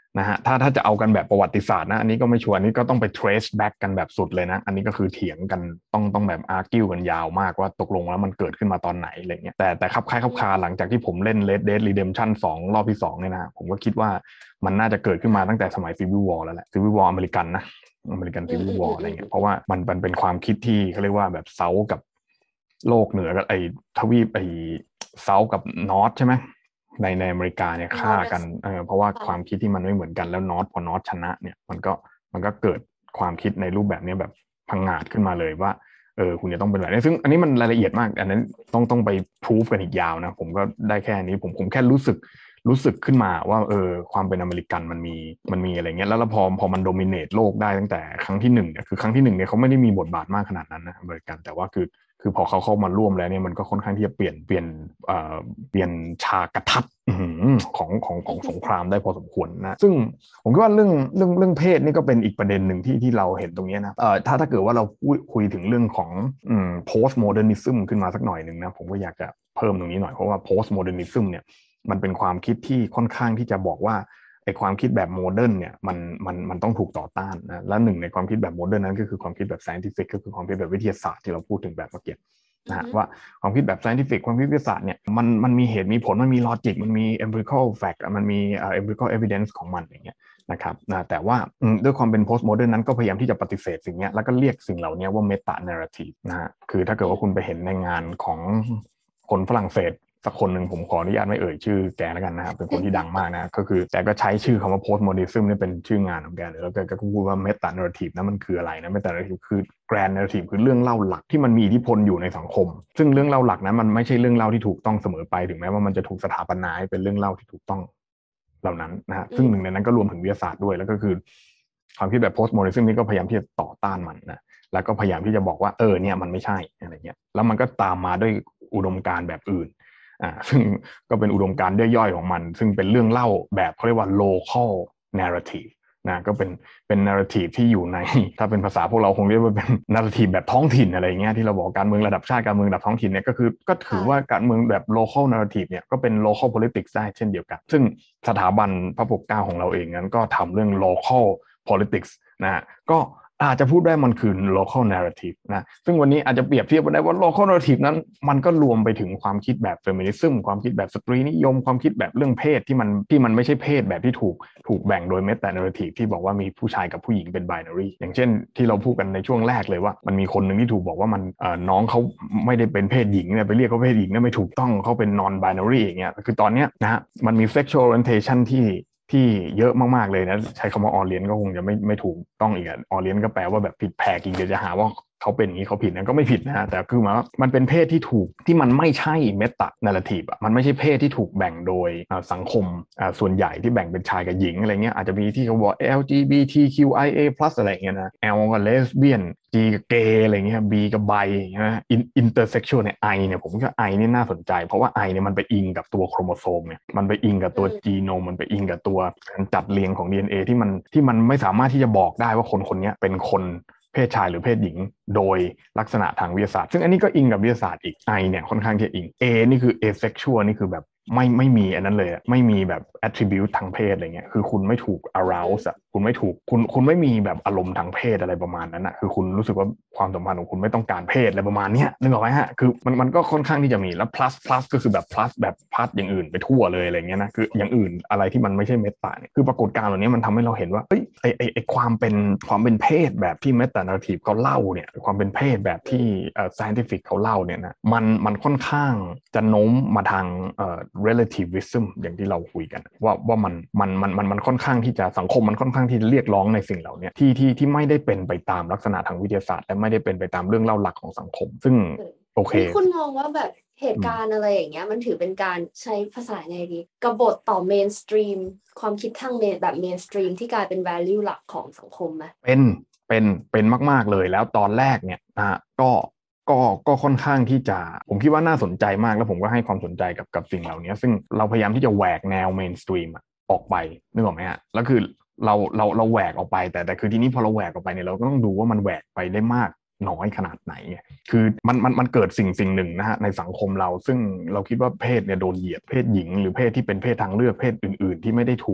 นะฮะถ้าถ้าจะเอากันแบบประวัติศาสตร์นะอันนี้ก็ไม่ชัวร์นี่ก็ต้องไป trace back กันแบบสุดเลยนะอันนี้ก็คือเถียงกันต้องต้องแบบ argue กันยาวมากว่าตกลงแล้วมันเกิดขึ้นมาตอนไหนอะไรเงี้ยแต่แต่คับคล้ายคับคาหลังจากที่ผมเล่น Red Dead Redemption สองรอบที่สองเนี่ยนะผมก็คิดว่ามันน่าจะเกิดขึ้นมาตั้งแต่สมัย Civil War แล้วแหละ Civil War อเมริกันนะอเมริกัน Civil War อะไรเงี้ยเพราะว่ามันมันเป็นความคิดที่เขาเรียกว่าแบบเซากับโลกเหนือกับไอ้ทวีปไอ้เซากับนอร์ทใช่ไหมในในอเมริกาเนี่ยฆ่ากันเออเพราะว่าความคิดที่มันไม่เหมือนกันแล้วนอร์ทพอนอร์ทชนะเนี่ยมันก็มันก็เกิดความคิดในรูปแบบนี้แบบพังงาดขึ้นมาเลยว่าเออคุณจะต้องเป็นแบบนี้ซึ่งอันนี้มันรายละเอียดมากอันนั้นต้องต้องไปพิสูจกันอีกยาวนะผมก็ได้แค่นี้ผมผมแค่รู้สึกรู้สึกขึ้นมาว่าเออความเป็นอเมริกันมันมีมันมีอะไรเงี้ยแล้วพอพอมันโดมิเนตโลกได้ตั้งแต่ครั้งที่หนึ่งเนี่ยคือครั้งที่หนึ่งเนี่ยเขาไม่ได้มีบทบาทมากขนาดนั้นนะอเมริกันแต่ว่าคือคือพอเขาเข้ามาร่วมแล้วเนี่ยมันก็ค่อนข้างที่จะเปลี่ยนเปลี่ยนเอ่อเปลี่ยนฉากกระทัดของของของสงครามได้พอสมควรนะซึ่งผมคิดว่าเรื่องเรื่องเรื่องเพศนี่ก็เป็นอีกประเด็นหนึ่งที่ที่เราเห็นตรงนี้นะเอ่อถ้าถ้าเกิดว่าเราคุยถึงเรื่องของอืม post modernism ขึ้นมาสักหน่อยหนึ่งนะผมก็อยากจะเพิ่มตรงนี้หน่อยเพราะว่า post modernism เนี่ยมันเป็นความคิดที่ค่อนข้างที่จะบอกว่าไอ้ความคิดแบบโมเดิร์นเนี่ยมันมันมันต้องถูกต่อต้านนะและหนึ่งในความคิดแบบโมเดิร์นนั้นก็คือความคิดแบบ scientific ก็คือความคิดแบบวิทยาศาสตร์ที่เราพูดถึงแบบเมื่อกี้นะฮะว่าความคิดแบบ scientific ความคิดวิทยาศาสตร์เนี่ยมันมันมีเหตุมีผลมันมี logic มันมี empirical fact มันมี uh, empirical evidence ของมันอย่างเงี้ยนะครับนะแต่ว่าด้วยความเป็น post modern นั้นก็พยายามที่จะปฏิเสธสิ่งนี้แล้วก็เรียกสิ่งเหล่านี้ว่า meta narrative นะฮะคือถ้าเกิดว่าคุณไปเห็นในงานของคนฝรั่งเศสสักคนหนึ่งผมขออนุญาตไม่เอ่ยชื่อแกแล้วกันนะครับเป็นคนที่ดังมากนะก็คือแกก็ใช้ชื่อคำว่า post modernism นี่เป็นชื่องานของแกเลยแล้วแกก็พูดว่า meta narrative นั้นมันคืออะไรนะ meta narrative คือ grand narrative คือเรื่องเล่าหลักที่มันมีอิทธิพลอยู่ในสังคมซึ่งเรื่องเล่าหลักนั้นมันไม่ใช่เรื่องเล่าที่ถูกต้องเสมอไปถึงแม้ว่ามันจะถูกสถาปนาให้เป็นเรื่องเล่าที่ถูกต้องเหล่านั้นนะฮะซึ่งหนึ่งในนั้นก็รวมถึงวิทยาศาสตร์ด้วยแล้วก็คือความคิดแบบ post modernism นี่ก็พยายามที่จะต่อต้านมันนะแล้วก็พยายามที่จะบอกว่าเออเนี่ยมันไม่ใช่อะไรเงี้ยแล้วมันก็ตามมาด้วยอุดมการณ์แบบอื่นอ่าซึ่งก็เป็นอุดมการณ์ย่อยๆของมันซึ่งเป็นเรื่องเล่าแบบเขาเรียกว่า local narrative นะก็เป็นเป็น narrative ที่อยู่ในถ้าเป็นภาษาพวกเราคงเรียกว่าเป็น narrative แบบท้องถิ่นอะไรเงี้ยที่เราบอกการเมืองระดับชาติการเมืองระดับท้องถิ่นเนี่ยก็คือก็ถือว่าการเมืองแบบ local narrative เนี่ยก็เป็น local politics ได้เช่นเดียวกันซึ่งสถาบันพระปกเกล้าของเราเองนั้นก็ทำเรื่อง local politics นะก็อาจจะพูดได้มันคือ local narrative นะซึ่งวันนี้อาจจะเปรียบเทียบกันได้ว่า local narrative นั้นมันก็รวมไปถึงความคิดแบบ feminism ความคิดแบบสตรีนิยมความคิดแบบเรื่องเพศที่มันที่มันไม่ใช่เพศแบบที่ถูกถูกแบ่งโดย meta narrative ที่บอกว่ามีผู้ชายกับผู้หญิงเป็น binary อย่างเช่นที่เราพูดกันในช่วงแรกเลยว่ามันมีคนหนึ่งที่ถูกบอกว่ามันเอ่อน้องเขาไม่ได้เป็นเพศหญิงเนี่ยไปเรียกเขาเพศหญิงเนี่ยไม่ถูกต้องเขาเป็น non binary อย่างเงี้ยคือตอนเนี้ยนะฮะมันมี sexual orientation ที่ที่เยอะมากๆเลยนะใช้คำว่าออเลียนก็คงจะไม่ไม่ถูกต้องอีกอ่ะออเลียนก็แปลว่าแบบผิดแผกอีกเดี๋ยวจะหาว่าเขาเป็นอย่างนี้เขาผิดนะก็ไม่ผิดนะฮะแต่คือหมายว่ามันเป็นเพศที่ถูกที่มันไม่ใช่เมตานาราทีฟอ่ะมันไม่ใช่เพศที่ถูกแบ่งโดยสังคมส่วนใหญ่ที่แบ่งเป็นชายกับหญิงอะไรเงี้ยอาจจะมีที่เขาบอก แอล จี บี ที คิว ไอ เอ พลัส อะไรเงี้ยนะ L กับเลสเบี้ยน G กับเกย์อะไรเงี้ย B กับไบนะอินเตอร์เซ็กชวลเนี่ย I เนี่ยผมว่า I นี่น่าสนใจเพราะว่า I เนี่ยมันไปอิงกับตัวโครโมโซมเนี่ยมันไปอิงกับตัวจีโนมมันไปอิงกับตัวการจัดเรียงของ ดี เอ็น เอ ที่มันที่มันไม่สามารถที่จะบอกได้ว่าคนคนนี้เป็นคนเพศชายหรือเพศหญิงโดยลักษณะทางวิทยาศาสตร์ซึ่งอันนี้ก็อิงกับวิทยาศาสตร์อีก I เนี่ยค่อนข้างจะอิง A นี่คือ asexual นี่คือแบบไม่ไม่มีอันนั้นเลยไม่มีแบบ attribute ทางเพศอะไรเงี้ยคือคุณไม่ถูก arouse อ่ะคุณไม่ถูกคุณคุณไม่มีแบบอารมณ์ทางเพศอะไรประมาณนั้นอ่ะคือคุณรู้สึกว่าความสัมพันธ์ของคุณไม่ต้องการเพศอะไรประมาณเนี้ยนึกออกไหมฮะคือมันมันก็ค่อนข้างที่จะมีแล้ว plus plus ก็คือแบบ plus แบบ plus อย่างอื่นไปทั่วเลยอะไรเงี้ยนะคืออย่างอื่นอะไรที่มันไม่ใช่เมตาเนี่ยคือปรากฏการณ์เหล่านี้มันทำให้เราเห็นว่าเอ้ยไอไอไอความเป็นความเป็นเพศแบบที่เมตานาราทีฟเขาเล่าเนี่ยความเป็นเพศแบบที่เอ่อ scientific เขาเล่าเนี่ยนะมันมันค่อนข้างจะโน้มมาทางเอ่อ relativism อย่างที่เราคุยกันว่าว่ามันมันมันมันมันค่อนข้างที่จะสังคมมันค่อนข้างที่จะเรียกร้องในสิ่งเหล่านี้ที่ที่ที่ไม่ได้เป็นไปตามลักษณะทางวิทยาศาสตร์และไม่ได้เป็นไปตามเรื่องเล่าหลักของสังคมซึ่งโอเคคุณมองว่าแบบเหตุการณ์อะไรอย่างเงี้ยมันถือเป็นการใช้ภาษาไงดีกบฏต่อเมนสตรีมความคิดทางเมนแบบเมนสตรีมที่กลายเป็น value หลักของสังคมไหมเป็นเป็นเป็นมากๆเลยแล้วตอนแรกเนี่ยนะก็ก็ก็ค่อนข้างที่จะผมคิดว่าน่าสนใจมากแล้วผมก็ให้ความสนใจกับกับสิ่งเหล่านี้ซึ่งเราพยายามที่จะแหวกแนวเมนสตรีมออกไปนึกออกไหมฮะแล้วคือเราเราเราแหวกออกไปแต่แต่คือทีนี้พอเราแหวกออกไปเนี่ยเราก็ต้องดูว่ามันแหวกไปได้มากน้อยขนาดไหนคือมันมันมันเกิดสิ่งสิ่งหนึ่งนะฮะในสังคมเราซึ่งเราคิดว่าเพศเนี่ยโดนเหยียดเพศหญิงหรือเพศที่เป็นเพศทางเลือกเพศอื่นๆที่ไม่ได้ถูก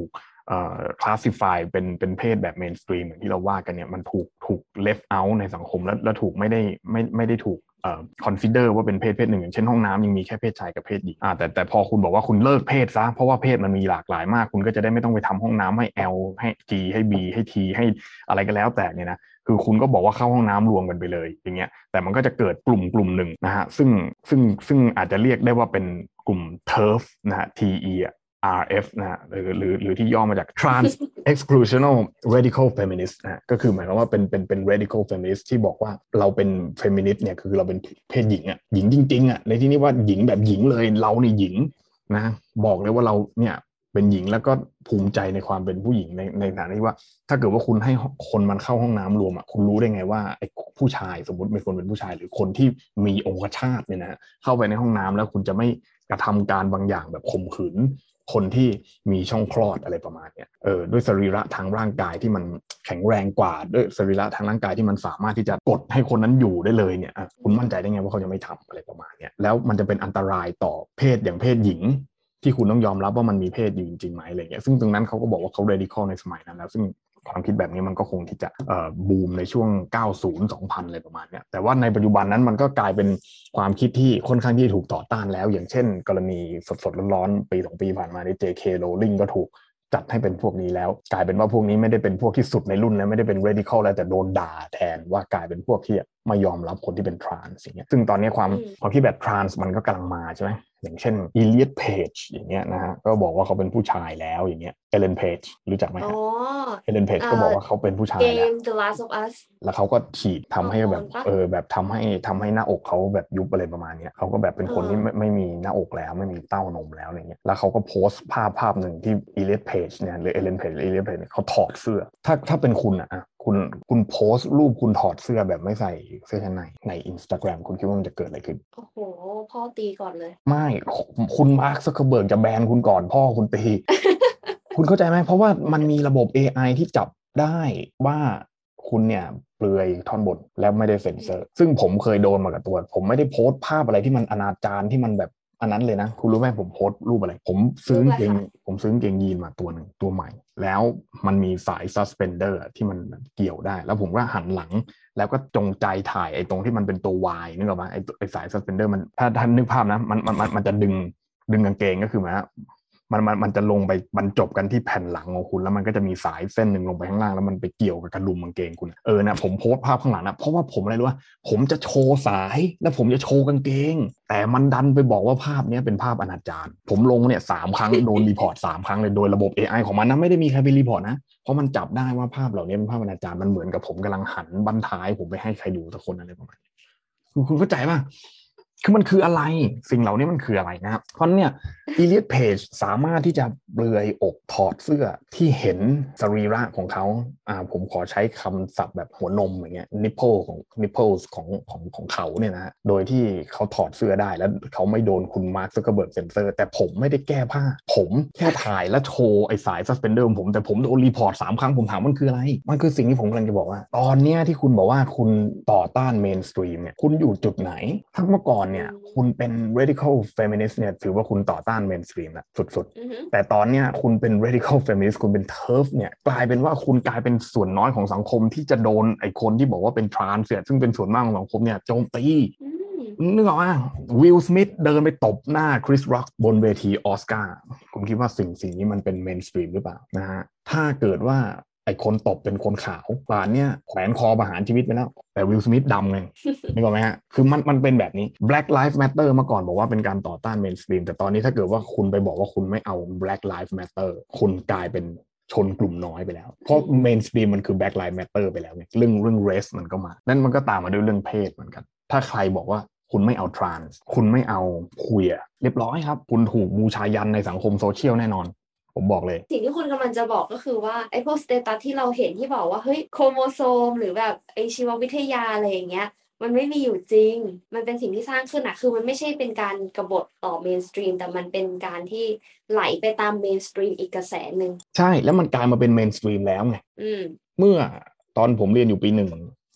เอ่อ classify เป็นเป็นเพศแบบ mainstream อย่างที่เราว่ากันเนี่ยมันถูกถูก left out ในสังคมแล้วแล้วถูกไม่ได้ไม่ไม่ได้ถูกเอ่อ consider ว่าเป็นเพศเพศหนึ่งอย่างเช่นห้องน้ำยังมีแค่เพศชายกับเพศหญิงอ่าแต่แต่พอคุณบอกว่าคุณเลิกเพศซะเพราะว่าเพศมันมีหลากหลายมากคุณก็จะได้ไม่ต้องไปทำห้องน้ำให้ L ให้ G ให้ B ให้ T ให้อะไรก็แล้วแต่เนี่ยนะคือคุณก็บอกว่าเข้าห้องน้ำรวมกันไปเลยอย่างเงี้ยแต่มันก็จะเกิดกลุ่มกลุ่มหนึ่งนะฮะซึ่งซึ่งซึ่งอาจจะเรียกได้ว่าเป็นกลุ่ม ที อี อาร์ เอ ฟ นะฮะ T Eอาร์ เอฟ นะฮะหรือหรือหรือที่ย่อมาจาก Trans Exclusional Radical Feminist นะก็คือหมายความว่าเป็นเป็นเป็น Radical Feminist ที่บอกว่าเราเป็น Feminist เนี่ยคือเราเป็นเพศหญิงอ่ะหญิงจริงๆอ่ะในที่นี้ว่าหญิงแบบหญิงเลยเรานี่หญิงนะบอกเลยว่าเราเนี่ยเป็นหญิงแล้วก็ภูมิใจในความเป็นผู้หญิงในในฐานะที่ว่าถ้าเกิดว่าคุณให้คนมันเข้าห้องน้ำรวมอ่ะคุณรู้ได้ไงว่าไอ้ผู้ชายสมมติเป็นคนเป็นผู้ชายหรือคนที่มีองคชาตเนี่ยนะเข้าไปในห้องน้ำแล้วคุณจะไม่กระทำการบางอย่างแบบข่มขืนคนที่มีช่องคลอดอะไรประมาณเนี้ยเออด้วยสรีระทางร่างกายที่มันแข็งแรงกว่าด้วยสรีระทางร่างกายที่มันสามารถที่จะกดให้คนนั้นอยู่ได้เลยเนี่ยคุณมั่นใจได้ไงว่าเขาจะไม่ทำอะไรประมาณเนี้ยแล้วมันจะเป็นอันตรายต่อเพศอย่างเพศหญิงที่คุณต้องยอมรับว่ามันมีเพศอยู่จริงๆไหมอะไรเงี้ยซึ่งตรงนั้นเขาก็บอกว่าเขา radical ในสมัยนั้นแล้วซึ่งความคิดแบบนี้มันก็คงที่จะเอ่อบูมในช่วงเก้าสิบ สองพันอะไรประมาณเนี้ยแต่ว่าในปัจจุบันนั้นมันก็กลายเป็นความคิดที่ค่อนข้างที่ถูกต่อต้านแล้วอย่างเช่นกรณีสดๆร้อนๆปีสองปีผ่านมาใน เจ เค Rowling ก็ถูกจัดให้เป็นพวกนี้แล้วกลายเป็นว่าพวกนี้ไม่ได้เป็นพวกที่สุดในรุ่นแล้วไม่ได้เป็น radical แล้วแต่โดนด่าแทนว่ากลายเป็นพวกที่ไม่ยอมรับคนที่เป็น trans อย่างเงี้ยซึ่งตอนนี้ความความคิดแบบ trans มันก็กำลังมาใช่ไหมอย่างเช่น Elliot Page อย่างเงี้ยนะฮะก็บอกว่าเขาเป็นผู้ชายแล้วอย่างเงี้ย Ellen Page รู้จักไหมฮะ Ellen Page ก็บอกว่าเขาเป็นผู้ชายแล้ว The Last of Us แล้วเขาก็ฉีดทำให้แบบเออแบบทำให้ทำให้หน้าอกเขาแบบยุบอะไรประมาณนี้เขาก็แบบเป็นคนที่ไม่ไม่มีหน้าอกแล้วไม่มีเต้านมแล้วอะไรเงี้ยแล้วเขาก็โพสต์ภาพภาพหนึ่งที่ Elliot Page เนี่ยหรือ Ellen Page Elliot Page เขาถอดเสื้อถ้าถ้าเป็นคุณอะคุณคุณโพสต์รูปคุณถอดเสื้อแบบไม่ใส่เสื้อชั้นในใน Instagram คุณคิดว่ามันจะเกิดอะไรขึ้นโอ้โหพ่อตีก่อนเลยไม่คุณมาร์ค ซักเคอร์เบิร์กจะแบนคุณก่อนพ่อคุณตี คุณเข้าใจไหมเพราะว่ามันมีระบบ เอ ไอ ที่จับได้ว่าคุณเนี่ยเปลือยท่อนบนแล้วไม่ได้เซ็นเซอร์ซึ่งผมเคยโดนมากับตัวผมไม่ได้โพสต์ภาพอะไรที่มันอนาจารที่มันแบบอันนั้นเลยนะคุณรู้ไหมผมโพสต์รูปอะไรผมซื้อกางเกงผมซื้อกางเกงยีนมาตัวหนึ่งตัวใหม่แล้วมันมีสาย suspender ที่มันเกี่ยวได้แล้วผมก็หันหลังแล้วก็จงใจถ่ายไอ้ตรงที่มันเป็นตัว Y นึกออกไหมไอ้ไอ้สาย suspender มันถ้าท่านนึกภาพนะมันมันมันจะดึงดึงกางเกงก็คือหมายมันมันมันจะลงไปบรรจบกันที่แผ่นหลังของคุณแล้วมันก็จะมีสายเส้นหนึ่งลงไปข้างล่างแล้วมันไปเกี่ยวกับกระดุมกางเกงคุณเออนะผมโพสต์ภาพข้างหลังนะเพราะว่าผมอะไรรู้ว่าผมจะโชว์สายแล้วผมจะโชว์กางเกงแต่มันดันไปบอกว่าภาพนี้เป็นภาพอนาจารผมลงเนี่ยสามครั้งโดนรีพอร์ตสามครั้งเลยโดยระบบ เอ ไอ ของมันนะไม่ได้มีใครไปรีพอร์ตนะเพราะมันจับได้ว่าภาพเหล่านี้เป็นภาพอนาจารมันเหมือนกับผมกำลังหันบั้นท้ายผมไปให้ใครดูสักคนอะไรประมาณนี้คุณเข้าใจป่ะคือมันคืออะไรสิ่งเหล่านี้มันคืออะไรนะครับเพราะเนี่ย Elliot Page สามารถที่จะเปลือยอกถอดเสื้อที่เห็นสรีระของเขาอ่าผมขอใช้คำศัพท์แบบหัวนมอย่างเงี้ย nipple ของ nipples ของของของเขาเนี่ยนะโดยที่เขาถอดเสื้อได้แล้วเขาไม่โดนคุณมาร์ค ซักเคอร์เบิร์กเซ็นเซอร์แต่ผมไม่ได้แก้ผ้าผมแค่ถ่ายและโชว์ไอ้สาย suspender ของผมแต่ผมโดนรีพอร์ตสามครั้งผมถามมันคืออะไรมันคือสิ่งที่ผมกำลังจะบอกว่าตอนเนี้ยที่คุณบอกว่าคุณต่อต้าน mainstream เนี่ยคุณอยู่จุดไหนถ้าเมื่อก่อนเนี่ยคุณเป็น radical feminist เนี่ยถือว่าคุณต่อต้าน mainstream แล้วสุดๆแต่ตอนเนี้ยคุณเป็น radical feminist คุณเป็น TERF เนี่ยกลายเป็นว่าคุณกลายเป็นส่วนน้อยของสังคมที่จะโดนไอ้คนที่บอกว่าเป็น trans ซึ่งเป็นส่วนมากของสังคมเนี่ยโจมตีนึกออกมั้ยวิล สมิธเดินไปตบหน้าคริส ร็อกบนเวทีออสการ์คุณคิดว่าสิ่งสิ่งนี้มันเป็น mainstream หรือเปล่านะฮะถ้าเกิดว่าไอ้คนตบเป็นคนขาวป่านเนี้ยแขวนคอประหารชีวิตไปแล้วแต่วิล สมิธดำไงนึกออกไหมฮะคือมันมันเป็นแบบนี้ Black Lives Matter เมื่อก่อนบอกว่าเป็นการต่อต้าน mainstream แต่ตอนนี้ถ้าเกิดว่าคุณไปบอกว่าคุณไม่เอา Black Lives Matter คุณกลายเป็นชนกลุ่มน้อยไปแล้วเพราะ mainstream มันคือ Black Lives Matter ไปแล้วเนี่ยเรื่องเรื่อง race มันก็มานั่นมันก็ตามมาด้วยเรื่องเพศเหมือนกันถ้าใครบอกว่าคุณไม่เอา trans คุณไม่เอา queer เรียบร้อยครับคุณถูกบูชายันในสังคมโซเชียลแน่นอนผมบอกเลยสิ่งที่คุณกำลังจะบอกก็คือว่าไอ้พวกสเตตัสที่เราเห็นที่บอกว่าเฮ้ยโครโมโซมหรือแบบไอชีววิทยาอะไรอย่างเงี้ยมันไม่มีอยู่จริงมันเป็นสิ่งที่สร้างขึ้นอะคือมันไม่ใช่เป็นการกบฏต่อเมนสตรีมแต่มันเป็นการที่ไหลไปตามเมนสตรีมอีกกระแสหนึ่งใช่แล้วมันกลายมาเป็นเมนสตรีมแล้วไงเมื่อตอนผมเรียนอยู่ปีหนึ่ง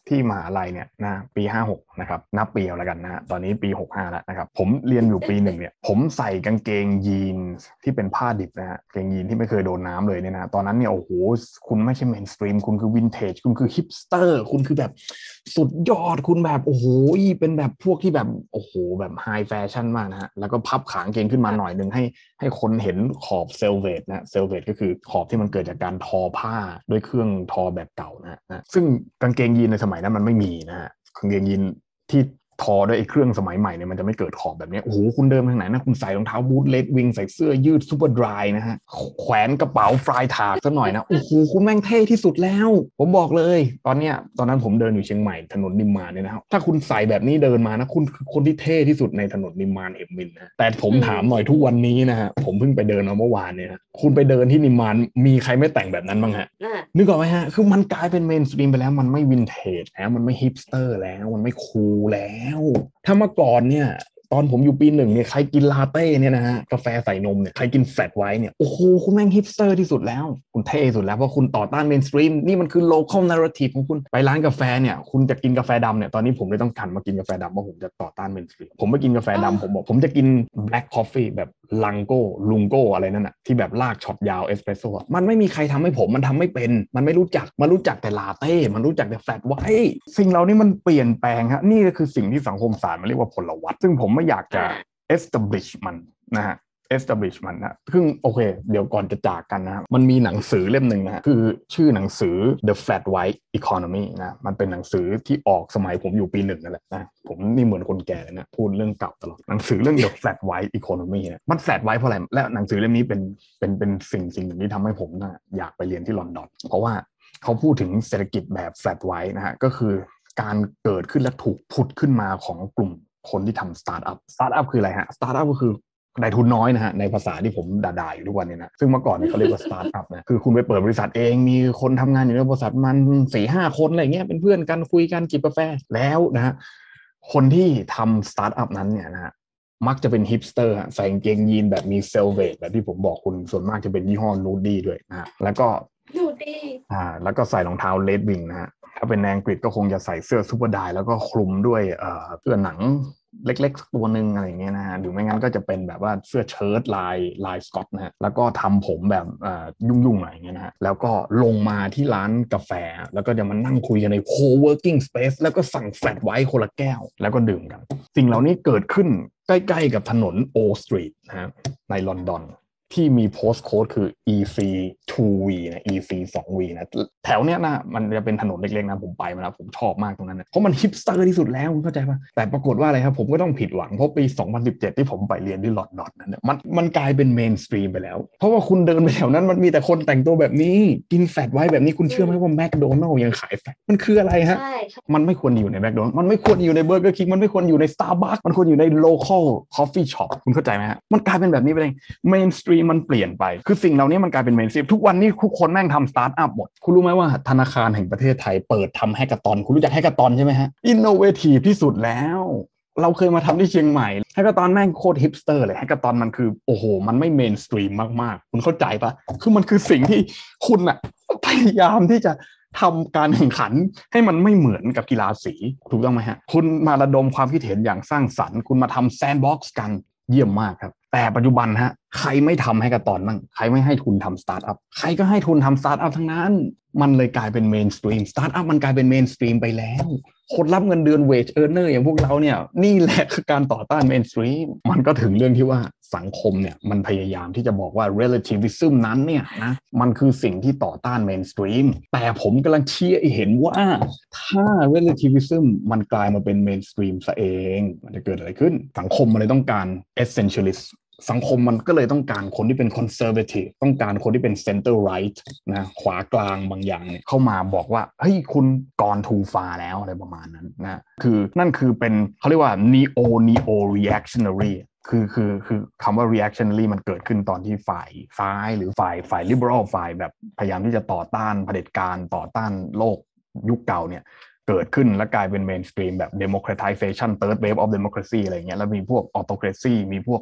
ที่มหาลัยเนี่ยนะปีห้าหกนะครับนับปีเอาแล้วกันนะตอนนี้ปีหกสิบห้าแล้วนะครับผมเรียนอยู่ปีหนึ่งเนี่ยผมใส่กางเกงยีนที่เป็นผ้าดิบนะฮะกางเกงยีนที่ไม่เคยโดนน้ำเลยเนี่ยนะตอนนั้นเนี่ยโอ้โหคุณไม่ใช่เมนสตรีมคุณคือวินเทจคุณคือฮิปสเตอร์คุณคือแบบสุดยอดคุณแบบโอ้โหเป็นแบบพวกที่แบบโอ้โหแบบไฮแฟชั่นมากนะฮะแล้วก็พับขางเกงขึ้นมาหน่อยนึงให้ให้คนเห็นขอบเซลเวตนะเซลเวตก็คือขอบที่มันเกิดจากการทอผ้าด้วยเครื่องทอแบบเก่านะนะซึ่งกางเกงยีนในสมัยนั้นมันไม่มีนะฮะกางเกงยีนที่ทอด้วยไอ้เครื่องสมัยใหม่เนี่ยมันจะไม่เกิดขอบแบบนี้โอ้โหคุณเดินทางไหนนะคุณใส่รองเท้าบูทเลดวิงใส่เสื้อยืดซูเปอร์ดรายนะฮะแขวนกระเป๋าฟลายถากซะหน่อยนะโอ้โหคุณแม่งเท่ที่สุดแล้วผมบอกเลยตอนเนี้ยตอนนั้นผมเดินอยู่เชียงใหม่ถนนนิมมานเนี่ยนะครับถ้าคุณใส่แบบนี้เดินมานะคุณคือคนที่เท่ที่สุดในถนนนิมมานเอ็มมินนะแต่ผมถามหน่อยทุกวันนี้นะฮะผมเพิ่งไปเดินมาเมื่อวานเนี่ยนะคุณไปเดินที่นิมมานมีใครไม่แต่งแบบนั้นบ้างฮะนึกออกไหมฮะคือมันกลายเป็นเมนสตรีมไปแล้วมันไม่วินเทจแล้วมันไม่ฮิปสเตอร์แล้วมันไม่คูลแล้วถ้าเมื่อก่อนเนี่ยตอนผมอยู่ปีหนึ่งเนี่ยใครกินลาเต้เนี่ยนะฮะกาแฟใส่นมเนี่ยใครกินแฟลตไวท์เนี่ยโอ้โหคุณแม่งฮิปสเตอร์ที่สุดแล้วคุณเท่สุดแล้วเพราะคุณต่อต้านเมนสตรีมนี่มันคือโลคอลนาร์ทีฟของคุณไปร้านกาแฟเนี่ยคุณจะกินกาแฟดำเนี่ยตอนนี้ผมเลยต้องหันมากินกาแฟดำเพราะผมจะต่อต้านเมนสตรีมผมไม่กินกาแฟดำผมบอกผมจะกินแบล็คคอฟฟี่แบบลังโก้ลุงโก้อะไรนั่นน่ะที่แบบลากช็อตยาวเอสเปรสโซ่มันไม่มีใครทำให้ผมมันทำไม่เป็นมันไม่รู้จักมันรู้จักแต่ลาเต้มันรู้จักแต่แฟลตไวท์สิ่งเหล่านี้มันเปลี่ยนแปลงฮะนี่ก็คือสิ่งที่สังคมศาสตร์มันเรียกว่าพลวัตซึ่งผมไม่อยากจะestablish มันนะฮะ establish มันนะซึ่งโอเคเดี๋ยวก่อนจะจากกันนะมันมีหนังสือเล่มหนึ่งนะคือชื่อหนังสือ The Flat White Economy นะมันเป็นหนังสือที่ออกสมัยผมอยู่ปีหนึ่งนั่นแหละนะผมนี่เหมือนคนแก่เลยนะพูดเรื่องเก่าตลอดหนังสือเรื่อง The Flat White Economy นะมัน flat white เพราะอะไรและหนังสือเล่มนี้เป็นเป็นเป็นสิ่งสิ่งหนึ่งที่ทำให้ผมนะอยากไปเรียนที่ลอนดอนเพราะว่าเขาพูดถึงเศรษฐกิจแบบ flat white นะฮะก็คือการเกิดขึ้นและถูกผุดขึ้นมาของกลุ่มคนที่ทำสตาร์ทอัพสตาร์ทอัพคืออะไรฮะสตาร์ทอัพก็คือนายทุนน้อยนะฮะในภาษาที่ผมด่าๆอยู่ทุกวันนี้นะซึ่งเมื่อก่อนเขาเรียกว่าสตาร์ทอัพนะคือคุณไปเปิดบริษัทเองมีคนทำงานอยู่ในบริษัทมันสี่ห้าคนอะไรเงี้ยเป็นเพื่อนกันคุยกันจิบกาแฟแล้วนะฮะคนที่ทำสตาร์ทอัพนั้นเนี่ยนะฮะมักจะเป็นฮิปสเตอร์ใส่กางเกงยีนแบบมีเซลเวตแบบที่ผมบอกคุณส่วนมากจะเป็นยี่ห้อนูดี้ด้วยนะฮะแล้วก็นูดี้อ่าแล้วก็ใส่รองเท้าเลดวิงนะฮะถ้าเป็นในอังกฤษก็คงจะใส่เสื้อซูเปอร์ไดแล้วก็คลุมด้วยเอ่อเสื้อหนังเล็กๆตัวหนึ่งอะไรอย่างเงี้ยนะฮะหรือไม่งั้นก็จะเป็นแบบว่าเสื้อเชิ้ตลายลายสกอตนะฮะแล้วก็ทำผมแบบเอ่อยุ่งๆหน่อยอย่างเงี้ยนะฮะแล้วก็ลงมาที่ร้านกาแฟแล้วก็จะมานั่งคุยกันใน co-working space แล้วก็สั่งแฟลตไวท์คนละแก้วแล้วก็ดื่มกันสิ่งเหล่านี้เกิดขึ้นใกล้ๆกับถนนโอสตรีทนะฮะในลอนดอนที่มีโพสต์โค้ดคือ อี ซี ทู วี นะ อี ซี ทู วี นะแถวเนี้ยนะมันจะเป็นถนนเล็กๆนะผมไปมาแล้วผมชอบมากตรงนั้นนะเพราะมันฮิปสเตอร์ที่สุดแล้วคุณเข้าใจป่ะแต่ปรากฏว่าอะไรครับผมก็ต้องผิดหวังเพราะปีสองพันสิบเจ็ดที่ผมไปเรียนที่ลอนดอนนั้นมันมันกลายเป็นเมนสตรีมไปแล้วเพราะว่าคุณเดินไปแถวนั้นมันมีแต่คนแต่งตัวแบบนี้กินแฟตไว้แบบนี้คุณเชื่อไหมว่าแมคโดนัลด์ยังขายแฟตมันคืออะไรฮะมันไม่ควรอยู่ในแมคโดนัลด์มันไม่ควรอยู่ในเบอร์เกอร์คิงมันไม่ควรอยู่ในสตาร์บัคมันควรอยู่ในโลคอลคอฟฟี่ช็อปคุณเข้าใจไหมฮะมันกลายเป็นแบบนี้ไปเองเมนสตรีมมันเปลี่ยนไปคือสิ่งเหล่านี้มันกลายเป็นเมนสตรีมทุกวันนี้ทุกคนแม่งทำสตาร์ทอัพหมดคุณรู้ไหมว่าธนาคารแห่งประเทศไทยเปิดทำแฮกเกอร์ตอนคุณรู้จักแฮกเกอร์ตอนใช่ไหมฮะอินโนเวทีฟที่สุดแล้วเราเคยมาทำที่เชียงใหม่แฮกเกอร์ตอนแม่งโคตรฮิปสเตอร์เลยแฮกเกอร์ตอนมันคือโอ้โหมันไม่เมนสตรีมมากๆคุณเข้าใจปะคือมันคือสิ่งที่คุณอะพยายามที่จะทำการแข่งขันให้มันไม่เหมือนกับกีฬาสีถูกต้องไหมฮะคุณมาระดมความคิดเห็นอย่างสร้างสรรค์คุณมาทำแซนด์บ็อกซ์กันเยี่ยมมากครับแต่ปัจจุบันฮะใครไม่ทำให้กับตอนบ้างใครไม่ให้ทุนทำสตาร์ทอัพใครก็ให้ทุนทำสตาร์ทอัพทั้งนั้นมันเลยกลายเป็นเมนสตรีมสตาร์ทอัพมันกลายเป็นเมนสตรีมไปแล้วคนรับเงินเดือนเวจเออร์เนอร์อย่างพวกเราเนี่ยนี่แหละคือการต่อต้านเมนสตรีมมันก็ถึงเรื่องที่ว่าสังคมเนี่ยมันพยายามที่จะบอกว่า relativism นั้นเนี่ยนะมันคือสิ่งที่ต่อต้านเมนสตรีมแต่ผมกำลังชี้ให้เห็นว่าถ้า relativism มันกลายมาเป็นเมนสตรีมซะเองมันจะเกิดอะไรขึ้นสังคมมันเลยต้องการ essentialistสังคมมันก็เลยต้องการคนที่เป็น conservative ต้องการคนที่เป็น center right นะขวากลางบางอย่างเนี่ยเข้ามาบอกว่าเฮ้ยคุณก่อน too far แล้วอะไรประมาณนั้นนะคือนั่นคือเป็นเขาเรียกว่า neo neo reactionary คือคือคือคำว่า reactionary มันเกิดขึ้นตอนที่ฝ่ายซ้ายหรือฝ่ายฝ่าย liberal ฝ่ายแบบพยายามที่จะต่อต้านเผด็จการต่อต้านโลกยุคเก่าเนี่ยเกิดขึ้นและกลายเป็นเมนสตรีมแบบ democratization third wave of democracy อะไรเงี้ยแล้วมีพวก autocracy มีพวก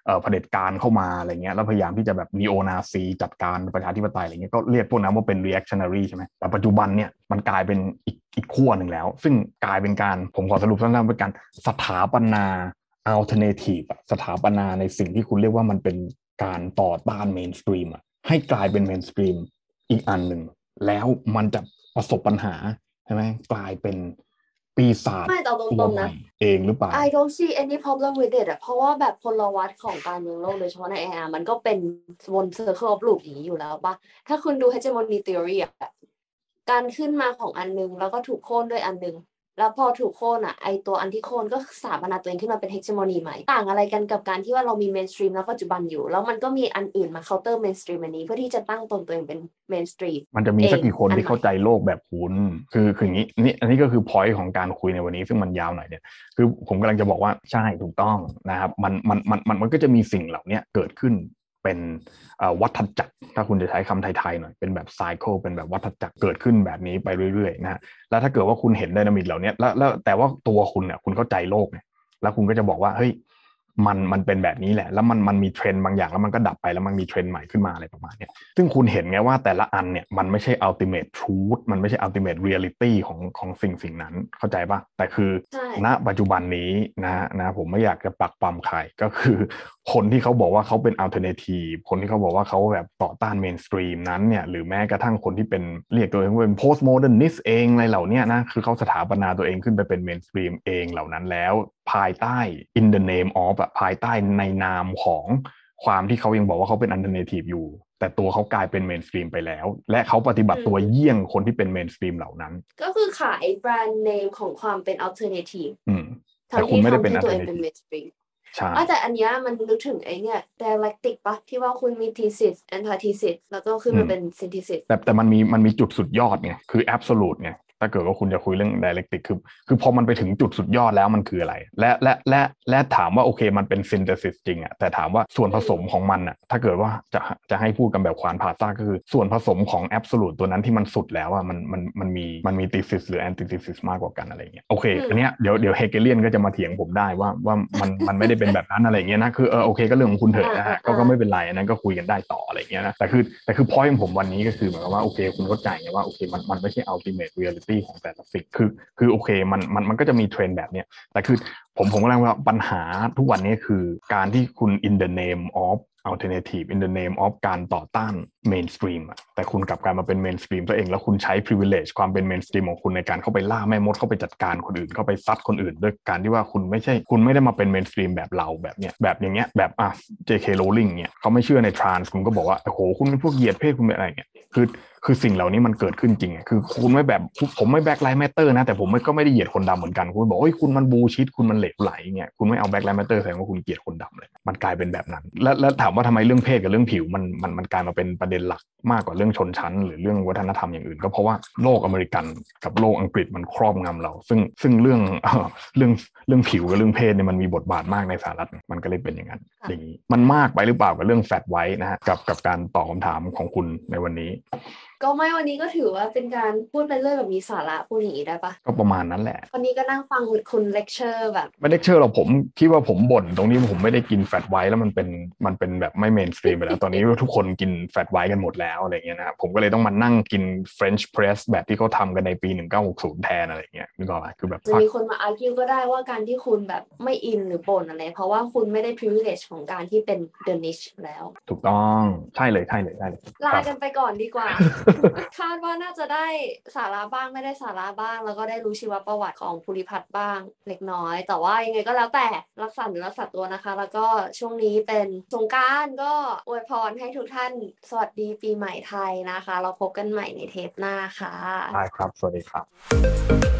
เอ่อเผด็จการเข้ามาอะไรเงี้ยแล้วพยายามที่จะแบบนีโอนาซีจัดการประชาธิปไตยอะไรเงี้ยก็เรียกพวกนั้นว่าเป็น reactionary ใช่ไหมแต่ปัจจุบันเนี่ยมันกลายเป็นอีกอีกขั้วหนึ่งแล้วซึ่งกลายเป็นการผมขอสรุปสั้นๆเป็นการสถาปนา alternative สถาปนาในสิ่งที่คุณเรียกว่ามันเป็นการต่อต้าน mainstream อ่ะให้กลายเป็น mainstream อีกอันหนึ่งแล้วมันจะประสบปัญหาใช่ไหมกลายเป็นปีศาจไม่แต่ตตัวรงๆใหม่นะเองหรือเปล่า I don't see any problem with it อะเพราะว่าแบบพลวัตของการเมืองโลกโดยเฉพาะใน เอ อาร์ มันก็เป็นวน circle of loop อย่างนี้อยู่แล้วปะถ้าคุณดู hegemony theory อะการขึ้นมาของอันนึงแล้วก็ถูกโค่นด้วยอันนึงแล้วพอถูกโค่นอ่ะไอตัวอันที่โค่นก็สถาปนาตัวเองขึ้นมาเป็น hegemony ใหม่ต่างอะไรกันกับการที่ว่าเรามี mainstream แล้วปัจจุบันอยู่แล้วมันก็มีอันอื่นมา counter mainstream อันนี้เพื่อที่จะตั้งตนตัวเองเป็น mainstream มันจะมีสักกี่คนที่เข้าใจโลกแบบคุณคือคืออย่างนี้นี่อันนี้ก็คือ point ของการคุยในวันนี้ซึ่งมันยาวหน่อยเนี่ยคือผมกำลังจะบอกว่าใช่ถูกต้องนะครับมันมันมันมันมันก็จะมีสิ่งเหล่านี้เกิดขึ้นเป็นวัฏจักรถ้าคุณจะใช้คำไทยๆหน่อยเป็นแบบไซเคิลเป็นแบบวัฏจักรเกิดขึ้นแบบนี้ไปเรื่อยๆนะฮะแล้วถ้าเกิดว่าคุณเห็นไดนามิกเหล่านี้แล้วแล้วแต่ว่าตัวคุณเนี่ยคุณเข้าใจโลกเนี่ยแล้วคุณก็จะบอกว่าเฮ้ยมันมันเป็นแบบนี้แหละแล้วมันมันมีเทรนด์บางอย่างแล้วมันก็ดับไปแล้วมันมีเทรนด์ใหม่ขึ้นมาอะไรประมาณนี้ซึ่งคุณเห็นไงว่าแต่ละอันเนี่ยมันไม่ใช่ ultimate truth มันไม่ใช่ ultimate reality ของของสิ่งสิ่งนั้นเข้าใจป่ะแต่คือณปัจจุบันนี้นะนะผมไม่อยากจะปักปั๊มใครก็คือคนที่เขาบอกว่าเขาเป็น alternative คนที่เขาบอกว่าเขาแบบต่อต้าน mainstream นั้นเนี่ยหรือแม้กระทั่งคนที่เป็นเรียกตัวเองว่าเป็น postmodernist เองอะไรเหล่านี้นะคือเขาสถาปนาตัวเองขึ้นไปเป็น mainstream เองเหล่านั้นแล้วภายใต้ in the name of อะภายใต้ในนามของความที่เขายังบอกว่าเขาเป็น alternative อยู่แต่ตัวเขากลายเป็น mainstream ไปแล้วและเขาปฏิบัติตัวเยี่ยงคนที่เป็น mainstream เหล่านั้นก็คือขายแบรนด์เนมของความเป็น alternative อืมแต่คุณไม่ได้เป็น alternative ใช่แต่อันนี้มันนึกถึงไอ้เนี่ย dialectic ปะที่ว่าคุณมี thesis antithesis แล้วก็ขึ้นมาเป็น synthesis แต่แต่มันมีมันมีจุดสุดยอดไงคือ absolute ไงถ้าเกิดว่าคุณจะคุยเรื่อง dialectic คือคือพอมันไปถึงจุดสุดยอดแล้วมันคืออะไรและและและและถามว่าโอเคมันเป็น synthesis จริงอะแต่ถามว่าส่วนผสมของมันอะถ้าเกิดว่าจะจะให้พูดกันแบบควานผ่าซากก็คือส่วนผสมของ absolute ตัวนั้นที่มันสุดแล้วอะมันมันมันมีมันมี thesis หรือ antithesis มากกว่ากันอะไรเงี้ยโอเคอันเนี้ยเดี๋ยวเดี๋ยวเฮเกเลียนก็จะมาเถียงผมได้ว่าว่ามันมันไม่ได้เป็นแบบนั้นอะไรเงี้ยนะคือเออโอเคก็เรื่องของคุณเถอะนะฮะก็ก็ไม่เป็นไรอันนั้นก็คุยกันได้ต่ออะไรเงี้ยนะแต่คือแต่คือ point ของผมวันนี้ก็คือเหมือนกับว่าโอเคคุณเข้าใจไงว่าโอเคมันมันไม่ใช่ ultimate reality ของแต่ละสิ่งคือคือโอเคมันมันมันก็จะมีเทรนด์แบบเนี้ยแต่คือผมผมกำลังว่าปัญหาทุกวันนี้คือการที่คุณ in the name of alternative in the name of การต่อต้าน mainstream อ่ะแต่คุณกลับกลายมาเป็น mainstream ตัวเองแล้วคุณใช้ privilege ความเป็น mainstream ของคุณในการเข้าไปล่าแม่มดเข้าไปจัดการคนอื่นเข้าไปซัดคนอื่นด้วยการที่ว่าคุณไม่ใช่คุณไม่ได้มาเป็น mainstream แบบเราแบบเนี้ยแบบอย่างเงี้ยแบบอ่ะ เจ เค Rowling เนี่ยเขาไม่เชื่อใน trans คุณก็บอกว่าโอ้โหคุณเป็นพวกเหยียดเพศคุณเป็นอะไรเงี้ยคือคือสิ่งเหล่านี้มันเกิดขึ้นจริงคือคุณไม่แบบผมไม่ Black Lives Matter นะแต่ผมก็ไม่ได้เหยียดคนดำเหมือนกันคุณบอกเฮ้ยคุณมันบูชิตคุณมันเหลวไหลเงี้ยคุณไม่เอา Black Lives Matter แสดงว่าคุณเกลียดคนดำเลยมันกลายเป็นแบบนั้นแล้วแล้วถามว่าทำไมเรื่องเพศกับเรื่องผิวมันมันมันกลายมาเป็นประเด็นหลักมากกว่าเรื่องชนชั้นหรือเรื่องวัฒนธรรมอย่างอื่นก็เพราะว่าโลกอเมริกันกับโลกอังกฤษมันครอบงำเราซึ่งซึ่งเรื่องเอ่อเรื่องเรื่องผิวกับเรื่องเพศเนี่ยมันมีบทบาทมากในสหรัฐมันก็เลยเป็นอย่างนั้นอย่างนี้มันมากไปหรือเปล่ากับเรื่องแฟตไว้นะฮะกับกับการตอบคำถามของคุณในวันนี้ก็ไม่วันนี้ก็ถือว่าเป็นการพูดไปเรื่อยแบบมีสาระพูดอย่างนี้ได้ปะก็ประมาณนั้นแหละวันนี้ก็นั่งฟังคุณเลคเชอร์แบบไม่เลคเชอร์หรอกผมคิดว่าผมบ่นตรงนี้ผมไม่ได้กินแฟตไวท์แล้วมันเป็นมันเป็นแบบไม่เมนสตรีมไปแล้ว ตอนนี้ทุกคนกินแฟตไวท์กันหมดแล้วอะไรเงี้ยนะผมก็เลยต้องมานั่งกิน French press แบบที่เขาทำกันในปีหนึ่งเก้าหกศูนย์แทนอะไรเงี้ยนึกออกไหมคือแบบจะมีคนมาอาร์กิวก็ได้ว่าการที่คุณแบบไม่อินหรือบ่นอะไรเพราะว่าคุณไม่ได้ privilege ของการที่เป็น the niche แล้วถูกต้องใช่เลยใช่เลยใช่เลยลากันไปก่อนดีกว่า คาดว่าน่าจะได้สาระบ้างไม่ได้สาระบ้างแล้วก็ได้รู้ชีวประวัติของภูริพัฒน์บ้างเล็กน้อยแต่ว่ายังไงก็แล้วแต่รักษาหรือรักษาตัวนะคะแล้วก็ช่วงนี้เป็นสงกรานต์ก็อวยพรให้ทุกท่านสวัสดีปีใหม่ไทยนะคะเราพบกันใหม่ในเทปหน้าค่ะได้ครับสวัสดีครับ